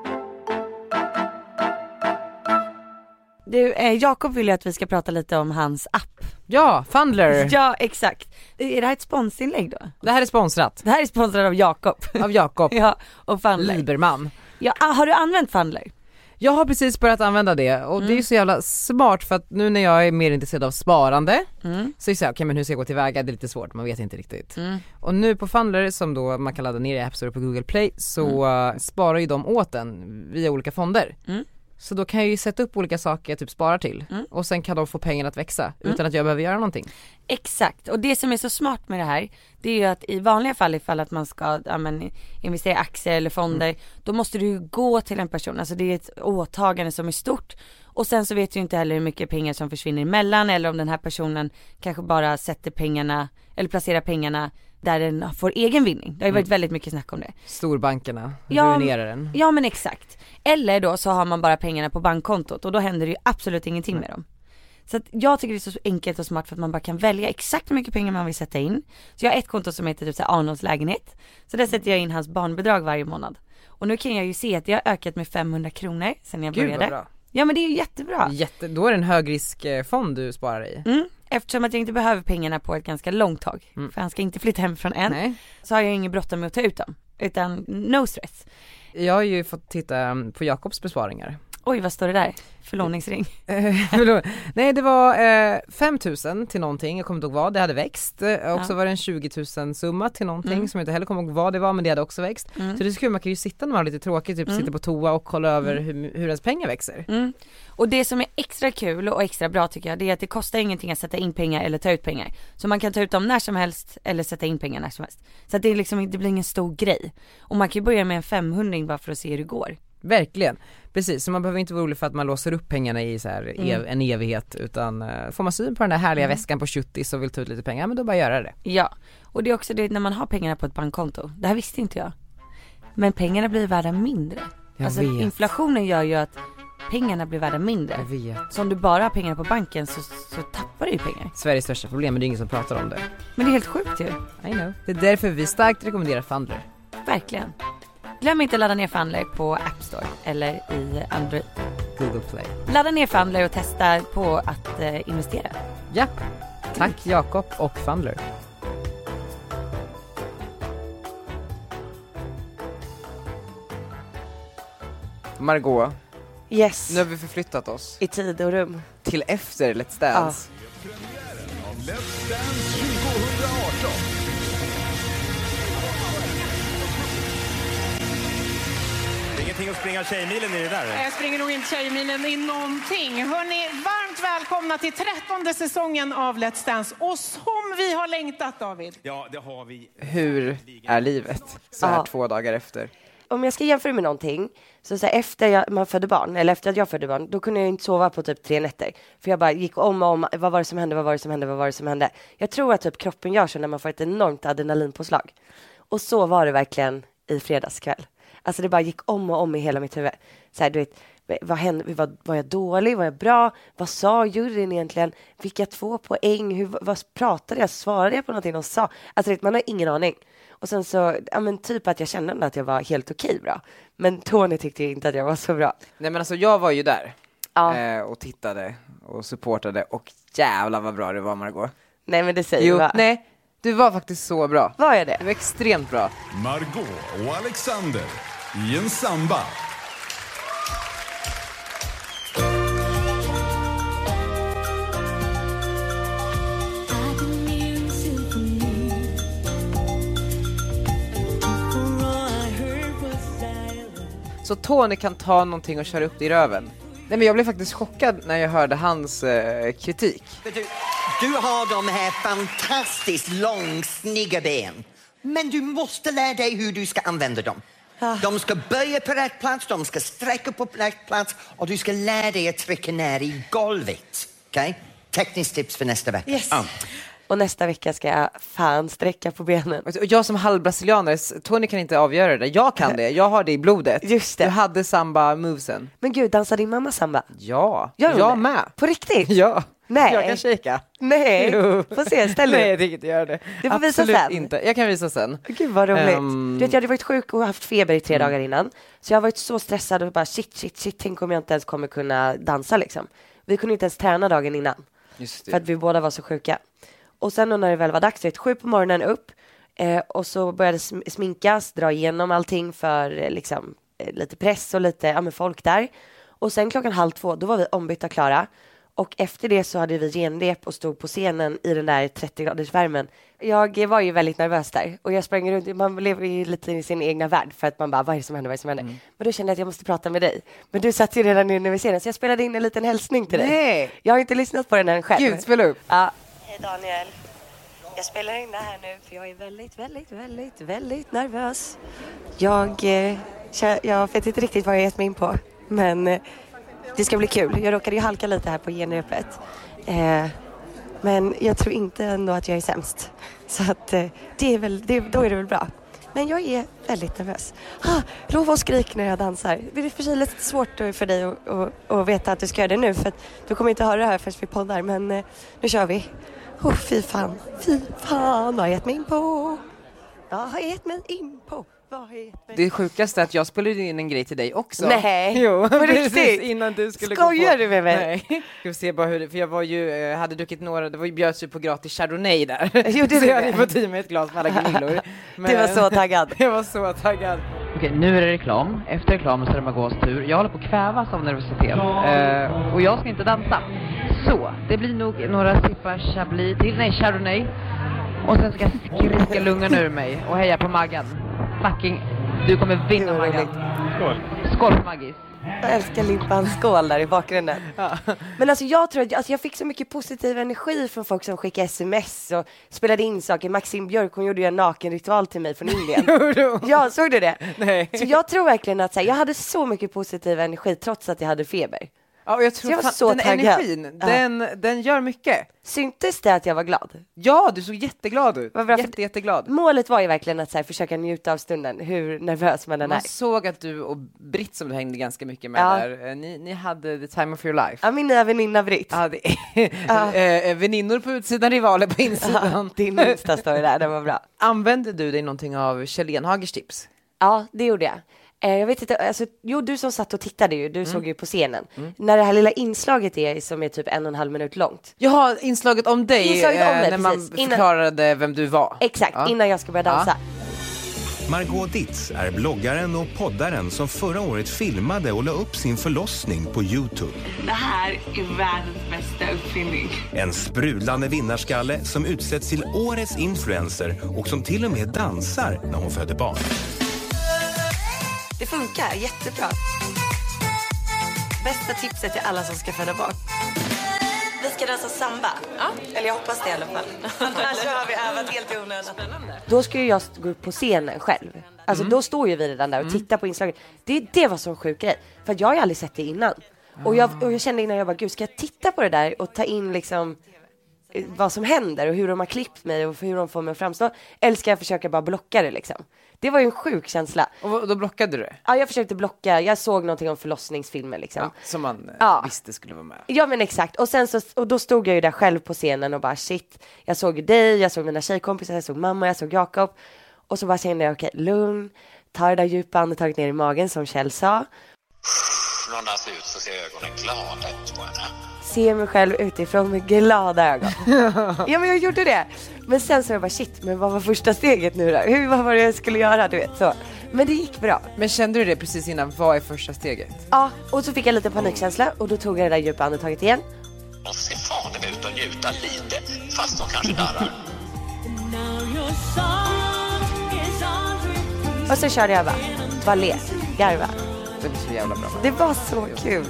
Du, eh, Jakob vill ju att vi ska prata lite om hans app. Ja, Fundler. Ja, exakt. Är det här ett sponsinlägg då? Det här är sponsrat. Det här är sponsrat av Jakob. Av Jakob. Ja, och Fundler. Liberman. Ja, har du använt Fundler? Jag har precis börjat använda det och mm. det är så jävla smart för att nu när jag är mer intresserad av sparande mm. så är det så här, okej okay, men hur ska jag gå tillväga? Det är lite svårt, man vet inte riktigt. Mm. Och nu på Fundler som då man kan ladda ner i App Store på Google Play så mm. sparar ju de åt en via olika fonder. Mm. Så då kan jag ju sätta upp olika saker jag typ sparar till mm. och sen kan de få pengarna att växa mm. utan att jag behöver göra någonting. Exakt, och det som är så smart med det här, det är ju att i vanliga fall ifall att man ska ja, men, investera i aktier eller fonder, mm. då måste du ju gå till en person, alltså det är ett åtagande som är stort och sen så vet du inte heller hur mycket pengar som försvinner emellan eller om den här personen kanske bara sätter pengarna eller placerar pengarna där den får egen vinning. Det har ju varit mm. väldigt mycket snack om det. Storbankerna ja, ruinerar den. Ja men exakt. Eller då så har man bara pengarna på bankkontot och då händer det ju absolut ingenting mm. med dem. Så att jag tycker det är så enkelt och smart för att man bara kan välja exakt hur mycket pengar man vill sätta in. Så jag har ett konto som heter typ så här Arnolds lägenhet. Så där sätter jag in hans barnbidrag varje månad. Och nu kan jag ju se att det har ökat med femhundra kronor sen jag började. Gud vad bra. Ja men det är ju jättebra. Jätte, då är det en högriskfond du sparar i. Mm, eftersom att jag inte behöver pengarna på ett ganska långt tag. Mm. För han ska inte flytta hemifrån än. Nej. Så har jag ingen bråttom med att ta ut dem. Utan no stress. Jag har ju fått titta på Jakobs besparingar. Oj, vad står det där? Förlovningsring. Nej, det var eh, fem tusen till någonting, jag kommer inte ihåg vad, det hade växt. Och ja. så var det en tjugo tusen summa till någonting mm. som jag inte heller kommer ihåg vad det var, men det hade också växt. Mm. Så det är så kul, man kan ju sitta när man har lite tråkigt, typ mm. sitta på toa och kolla över mm. hur, hur ens pengar växer. Mm. Och det som är extra kul och extra bra tycker jag, det är att det kostar ingenting att sätta in pengar eller ta ut pengar. Så man kan ta ut dem när som helst eller sätta in pengar när som helst. Så att det, är liksom, det blir ingen stor grej. Och man kan ju börja med en femhundring bara för att se hur det går. Verkligen, precis. Så man behöver inte vara orolig för att man låser upp pengarna i så här mm. ev- en evighet, utan uh, får man syn på den där härliga mm. väskan på tjugo och vill ta ut lite pengar, men då bara göra det. Ja, och det är också det när man har pengarna på ett bankkonto. Det här visste inte jag. Men pengarna blir värda mindre. Jag alltså vet. Inflationen gör ju att pengarna blir värda mindre. Jag vet. Så om du bara har pengarna på banken så, så tappar du ju pengar. Sveriges största problem, men det är ingen som pratar om det. Men det är helt sjukt ju. I know. Det är därför vi starkt rekommenderar Fundler. Verkligen. Glöm inte att ladda ner Fundler på App Store eller i Android. Google Play. Ladda ner Fundler och testa på att eh, investera. Ja, tack Jakob och Fundler. Margot. Yes. Nu har vi förflyttat oss. I tid och rum. Till efter Let's Dance. Ja. Let's Dance tjugo arton. Ingenting att springa tjejmilen i det där. Jag springer nog inte tjejmilen i någonting. Hörrni, varmt välkomna till trettonde säsongen av Let's Dance. Och som vi har längtat, David. Ja, det har vi. Hur är livet så här ja. två dagar efter? Om jag ska jämföra med någonting, så, så här, efter jag, man födde barn, eller efter att jag födde barn, då kunde jag inte sova på typ tre nätter. För jag bara gick om och om, vad var det som hände, vad var det som hände, vad var det som hände. Jag tror att typ kroppen gör så när man får ett enormt adrenalinpåslag. Och så var det verkligen i fredagskväll. Alltså det bara gick om och om i hela mitt huvud. Så här, du vet, vad hände, var, var jag dålig, var jag bra? Vad sa juryn egentligen? Fick jag två poäng? Hur, vad pratade jag? Svarade jag på någonting de sa? Alltså vet, man har ingen aning. Och sen så, ja men typ att jag kände att jag var helt okej bra. Men Tony tyckte inte att jag var så bra. Nej men alltså jag var ju där. Ja. Eh, och tittade och supportade. Och jävlar vad bra det var, Margot. Nej men det säger jo, du va? Nej, du var faktiskt så bra. Var jag det? Du var extremt bra. Margot och Alexander i en samba. Så Tony kan ta någonting och köra upp det i röven. Nej men jag blev faktiskt chockad när jag hörde hans eh, kritik. Du, du har de här fantastiskt långsnygga ben. Men du måste lära dig hur du ska använda dem. Ah. De ska böja på rätt plats, de ska sträcka på rätt plats. Och du ska lära dig att trycka ner i golvet. Okej? Okay? Tekniskt tips för nästa vecka. Yes. Ah. Och nästa vecka ska jag fan sträcka på benen. Och jag som halvbrasilianare, Tony kan inte avgöra det. Jag kan det, jag har det i blodet. Just det. Du hade samba-movesen. Men gud, dansar din mamma samba? Ja, Gör jag det? Med. På riktigt? Ja. Nej. Jag kan shaka. Nej, får se, ställ dig. Nej, jag tänker inte göra det. Du får Absolut visa sen. Inte. Jag kan visa sen. Gud vad roligt. Um... Du vet, jag hade varit sjuk och haft feber i tre mm. dagar innan. Så jag har varit så stressad och bara shit, shit, shit. Tänk om jag inte ens kommer kunna dansa liksom. Vi kunde inte ens träna dagen innan. Just det. För att vi båda var så sjuka. Och sen när det väl var dags, vet, sju på morgonen upp. Eh, och så började sminkas, dra igenom allting för eh, liksom, eh, lite press och lite ja, men folk där. Och sen klockan halv två, då var vi ombytta klara. Och efter det så hade vi genrep och stod på scenen i den där trettio graders värmen. Jag var ju väldigt nervös där. Och jag sprang runt, man lever ju lite i sin egna värld. För att man bara, vad är det som händer, vad är det som händer? Mm. Men då kände jag att jag måste prata med dig. Men du satt ju redan inne vid scenen, så jag spelade in en liten hälsning till dig. Nej. Jag har inte lyssnat på den än själv. Gud, spela upp. Ja. Hej Daniel. Jag spelar in det här nu för jag är väldigt, väldigt, väldigt, väldigt nervös. Jag, eh, jag vet inte riktigt vad jag gett mig in på. Men eh, det ska bli kul. Jag råkade ju halka lite här på genrepet. Eh, men jag tror inte ändå att jag är sämst. Så att eh, det är väl, det, då är det väl bra. Men jag är väldigt nervös. Ah, lov och skrik när jag dansar. Det är för sig lite svårt för dig att, att, att veta att du ska göra det nu. För att du kommer inte höra det här förrän vi poddar. Men eh, nu kör vi. Oh, fy fan, fy fan, vad har jag gett mig in på? Vad har jag gett mig in på? Vad har jag gett mig... Det sjukaste är att jag spelade in en grej till dig också. Nej, jo, på riktigt? Innan du skulle Skojar gå på... du med mig? Nej, ska vi se bara hur det... För jag var ju, eh, hade druckit några, det var ju bjöds ju på gratis Chardonnay där. Jo, det så jag hade fått i mig ett glas med alla gnillor. Men... Du var så taggad. Jag var så taggad. Okej, nu är det reklam. Efter reklamen så är det Margaux tur. Jag håller på att kvävas av nervositet. Uh, och jag ska inte dansa. Så, det blir nog några sippar Chablis till. Nej, Chardonnay. Och sen ska jag skrika lungan ur mig och heja på Maggan. Fucking, du kommer vinna Maggan. Skål. Skål för Maggis. Jag älskar Limpan skål där i bakgrunden. Ja. Men alltså jag tror att alltså jag fick så mycket positiv energi från folk som skickade sms och spelade in saker. Maxim Björk, hon gjorde ju en nakenritual till mig från Indien. Ja, såg du det? Nej. Så jag tror verkligen att så här, jag hade så mycket positiv energi trots att jag hade feber. Ja, och jag tror jag var fan, så den taggad. energin, Ja. den, den gör mycket. Syntes det att jag var glad? Ja, du såg jätteglad ut. Jätte, jätteglad. Målet var ju verkligen att så här, försöka njuta av stunden, hur nervös man än Man är. såg att du och Britt som du hängde ganska mycket med Ja. där, ni, ni hade the time of your life. Ja, min nya väninna Britt. Ja, det är äh, väninnor på utsidan, rivaler på insidan. Ja, din Insta-story där, den var bra. Använde du dig någonting av Kjell Enhagers tips? Ja, det gjorde jag. Eh, jag vet inte, alltså, jo du som satt och tittade ju, du mm. såg ju på scenen. Mm. När det här lilla inslaget är som är typ en och en halv minut långt. Jaha, inslaget om dig, inslaget om eh, dig, när precis. man förklarade innan, vem du var. Exakt, ja. Innan jag ska börja dansa. Ja. Margaux Dietz är bloggaren och poddaren som förra året filmade och la upp sin förlossning på YouTube. Det här är världens bästa uppfinning. En sprudlande vinnarskalle som utsätts till årets influencer och som till och med dansar när hon föder barn. Det funkar jättebra. Bästa tipset till alla som ska föda barn. Vi ska dansa samba. Ja. Eller jag hoppas det i alla fall. Annars har vi övat helt i onödan. Då ska ju jag gå upp på scenen själv. Alltså mm. då står ju vi redan där och mm. tittar på inslaget. Det, det var så en sjuk grej. För att jag har ju aldrig sett det innan. Och jag, och jag kände innan jag bara, gud ska jag titta på det där och ta in liksom vad som händer och hur de har klippt mig och hur de får mig att framstå. Eller ska jag försöka bara blocka det liksom. Det var ju en sjuk känsla. Och då blockade du det? Ja, jag försökte blocka. Jag såg någonting om förlossningsfilmer liksom. Ja, som man ja. visste skulle vara med. Ja, men exakt. Och sen så, och då stod jag ju där själv på scenen och bara shit. Jag såg dig, jag såg mina tjejkompisar, jag såg mamma, jag såg Jakob. Och så bara kände jag, okej, okay, lugn. Ta det där djupa andetaget ner i magen som Kjell sa. Någonstans ut så ser ögonen glada ut på henne. Se mig själv utifrån med glada ögon. Ja, men jag gjorde det. Men sen så jag bara shit, men vad var första steget nu då? Hur, vad var det jag skulle göra, du vet så. Men det gick bra. Men kände du det precis innan, vad är första steget? Ja, och så fick jag lite panikkänsla och då tog jag det där djupa andetaget igen. Och se fan ut och njuta lite, fast de kanske darrar. Och så körde jag bara, bara le, garva. Det var så jävla bra. Det var så kul.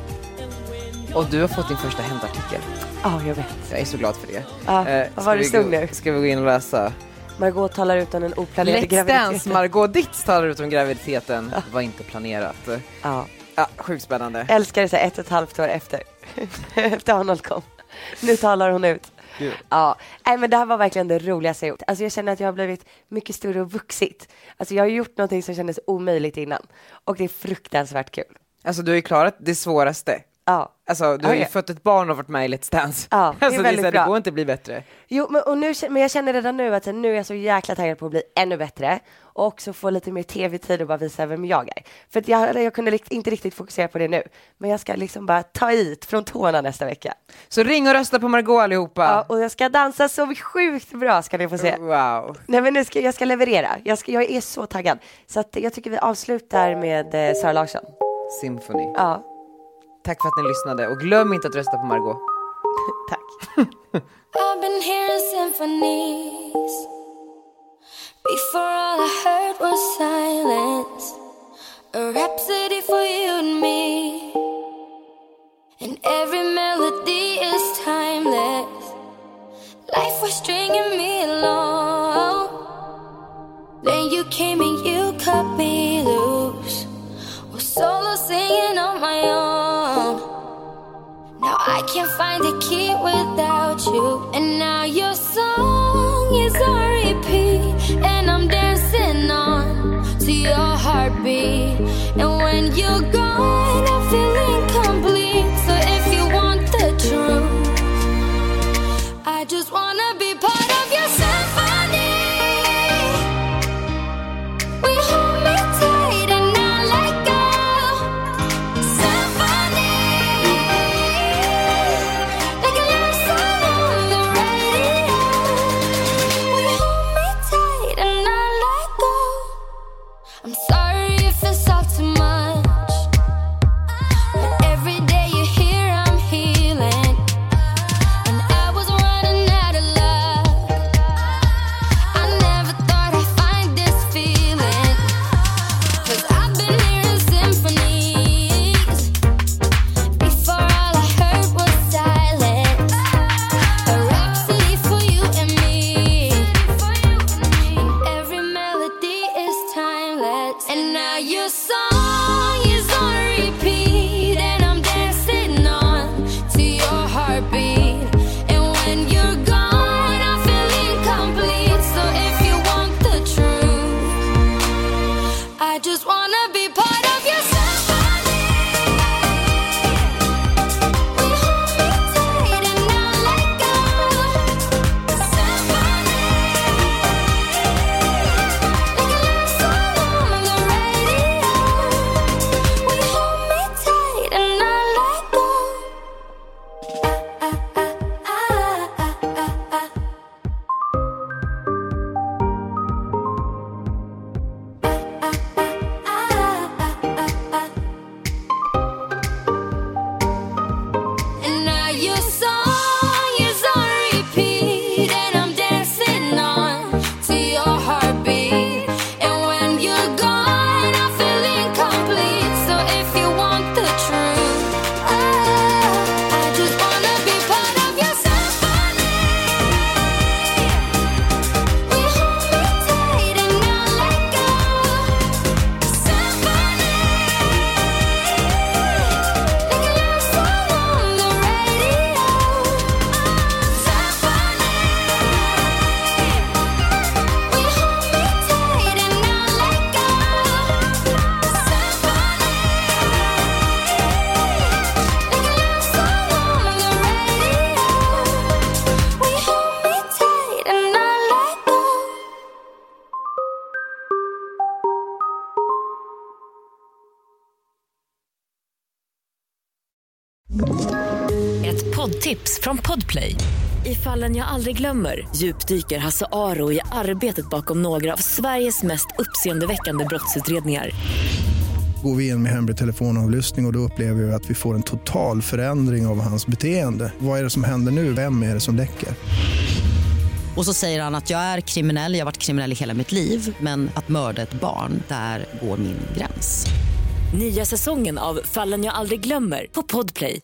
Och du har fått din första hämtartikel. Ja, oh, jag vet. Jag är så glad för det. Ja, eh, vad var det stod nu? Ska vi gå in och läsa? Margaux talar ut om en oplanerad Let's graviditet. Dance, Margaux Dietz talar ut om graviditeten. Ja. Var inte planerat. Ja. Ja, sjukt spännande. Älskar det så ett och ett halvt år efter. efter Arnold kom. Nu talar hon ut. Gud. Ja, nej, men det här var verkligen det roligaste jag gjort. Alltså jag känner att jag har blivit mycket större och vuxit. Alltså jag har gjort någonting som kändes omöjligt innan. Och det är fruktansvärt kul. Alltså du har ju klarat det svåraste. Ja. Alltså du har ja, ju ja. fått ett barn och varit med i Let's Dance. Ja, det är alltså, väldigt det, är så, bra. Det går inte att bli bättre. Jo, men, och nu, men jag känner redan nu att nu är jag så jäkla taggad på att bli ännu bättre. Och också få lite mer tv-tid och bara visa vem jag är. För att jag, jag kunde inte riktigt fokusera på det nu. Men jag ska liksom bara ta hit från tårna nästa vecka. Så ring och rösta på Margaux allihopa. Ja, och jag ska dansa så sjukt bra ska ni få se. Wow. Nej, men nu ska jag ska leverera. Jag, ska, jag är så taggad. Så att jag tycker vi avslutar med eh, Sara Larsson. Symphony. Ja. Tack för att ni lyssnade och glöm inte att rösta på Margaux. Tack. I've been hearing symphonies. Before all I heard was silence. A rhapsody for you and me. And every melody is timeless. Life was stringing me along. Then you came and you cut me loose. Was solo singing on my own. Now I can't find a key without you. And now your song is on repeat. And I'm dancing on to your heartbeat. And when you're gone I feel incomplete. So if you want the truth, I just wanna be part of your symphony. We hold me tight and not let go. Symphony, like a love song on the radio. We hold me tight and not let go. I'm sorry Ett poddtips från Podplay. I Fallen jag aldrig glömmer djupdyker Hasse Aro i arbetet bakom några av Sveriges mest uppseendeväckande brottsutredningar. Går vi in med hemlig telefonavlyssning och, och då upplever vi att vi får en total förändring av hans beteende. Vad är det som händer nu? Vem är det som läcker? Och så säger han att jag är kriminell, jag har varit kriminell i hela mitt liv. Men att mörda ett barn, där går min gräns. Nya säsongen av Fallen jag aldrig glömmer på Podplay.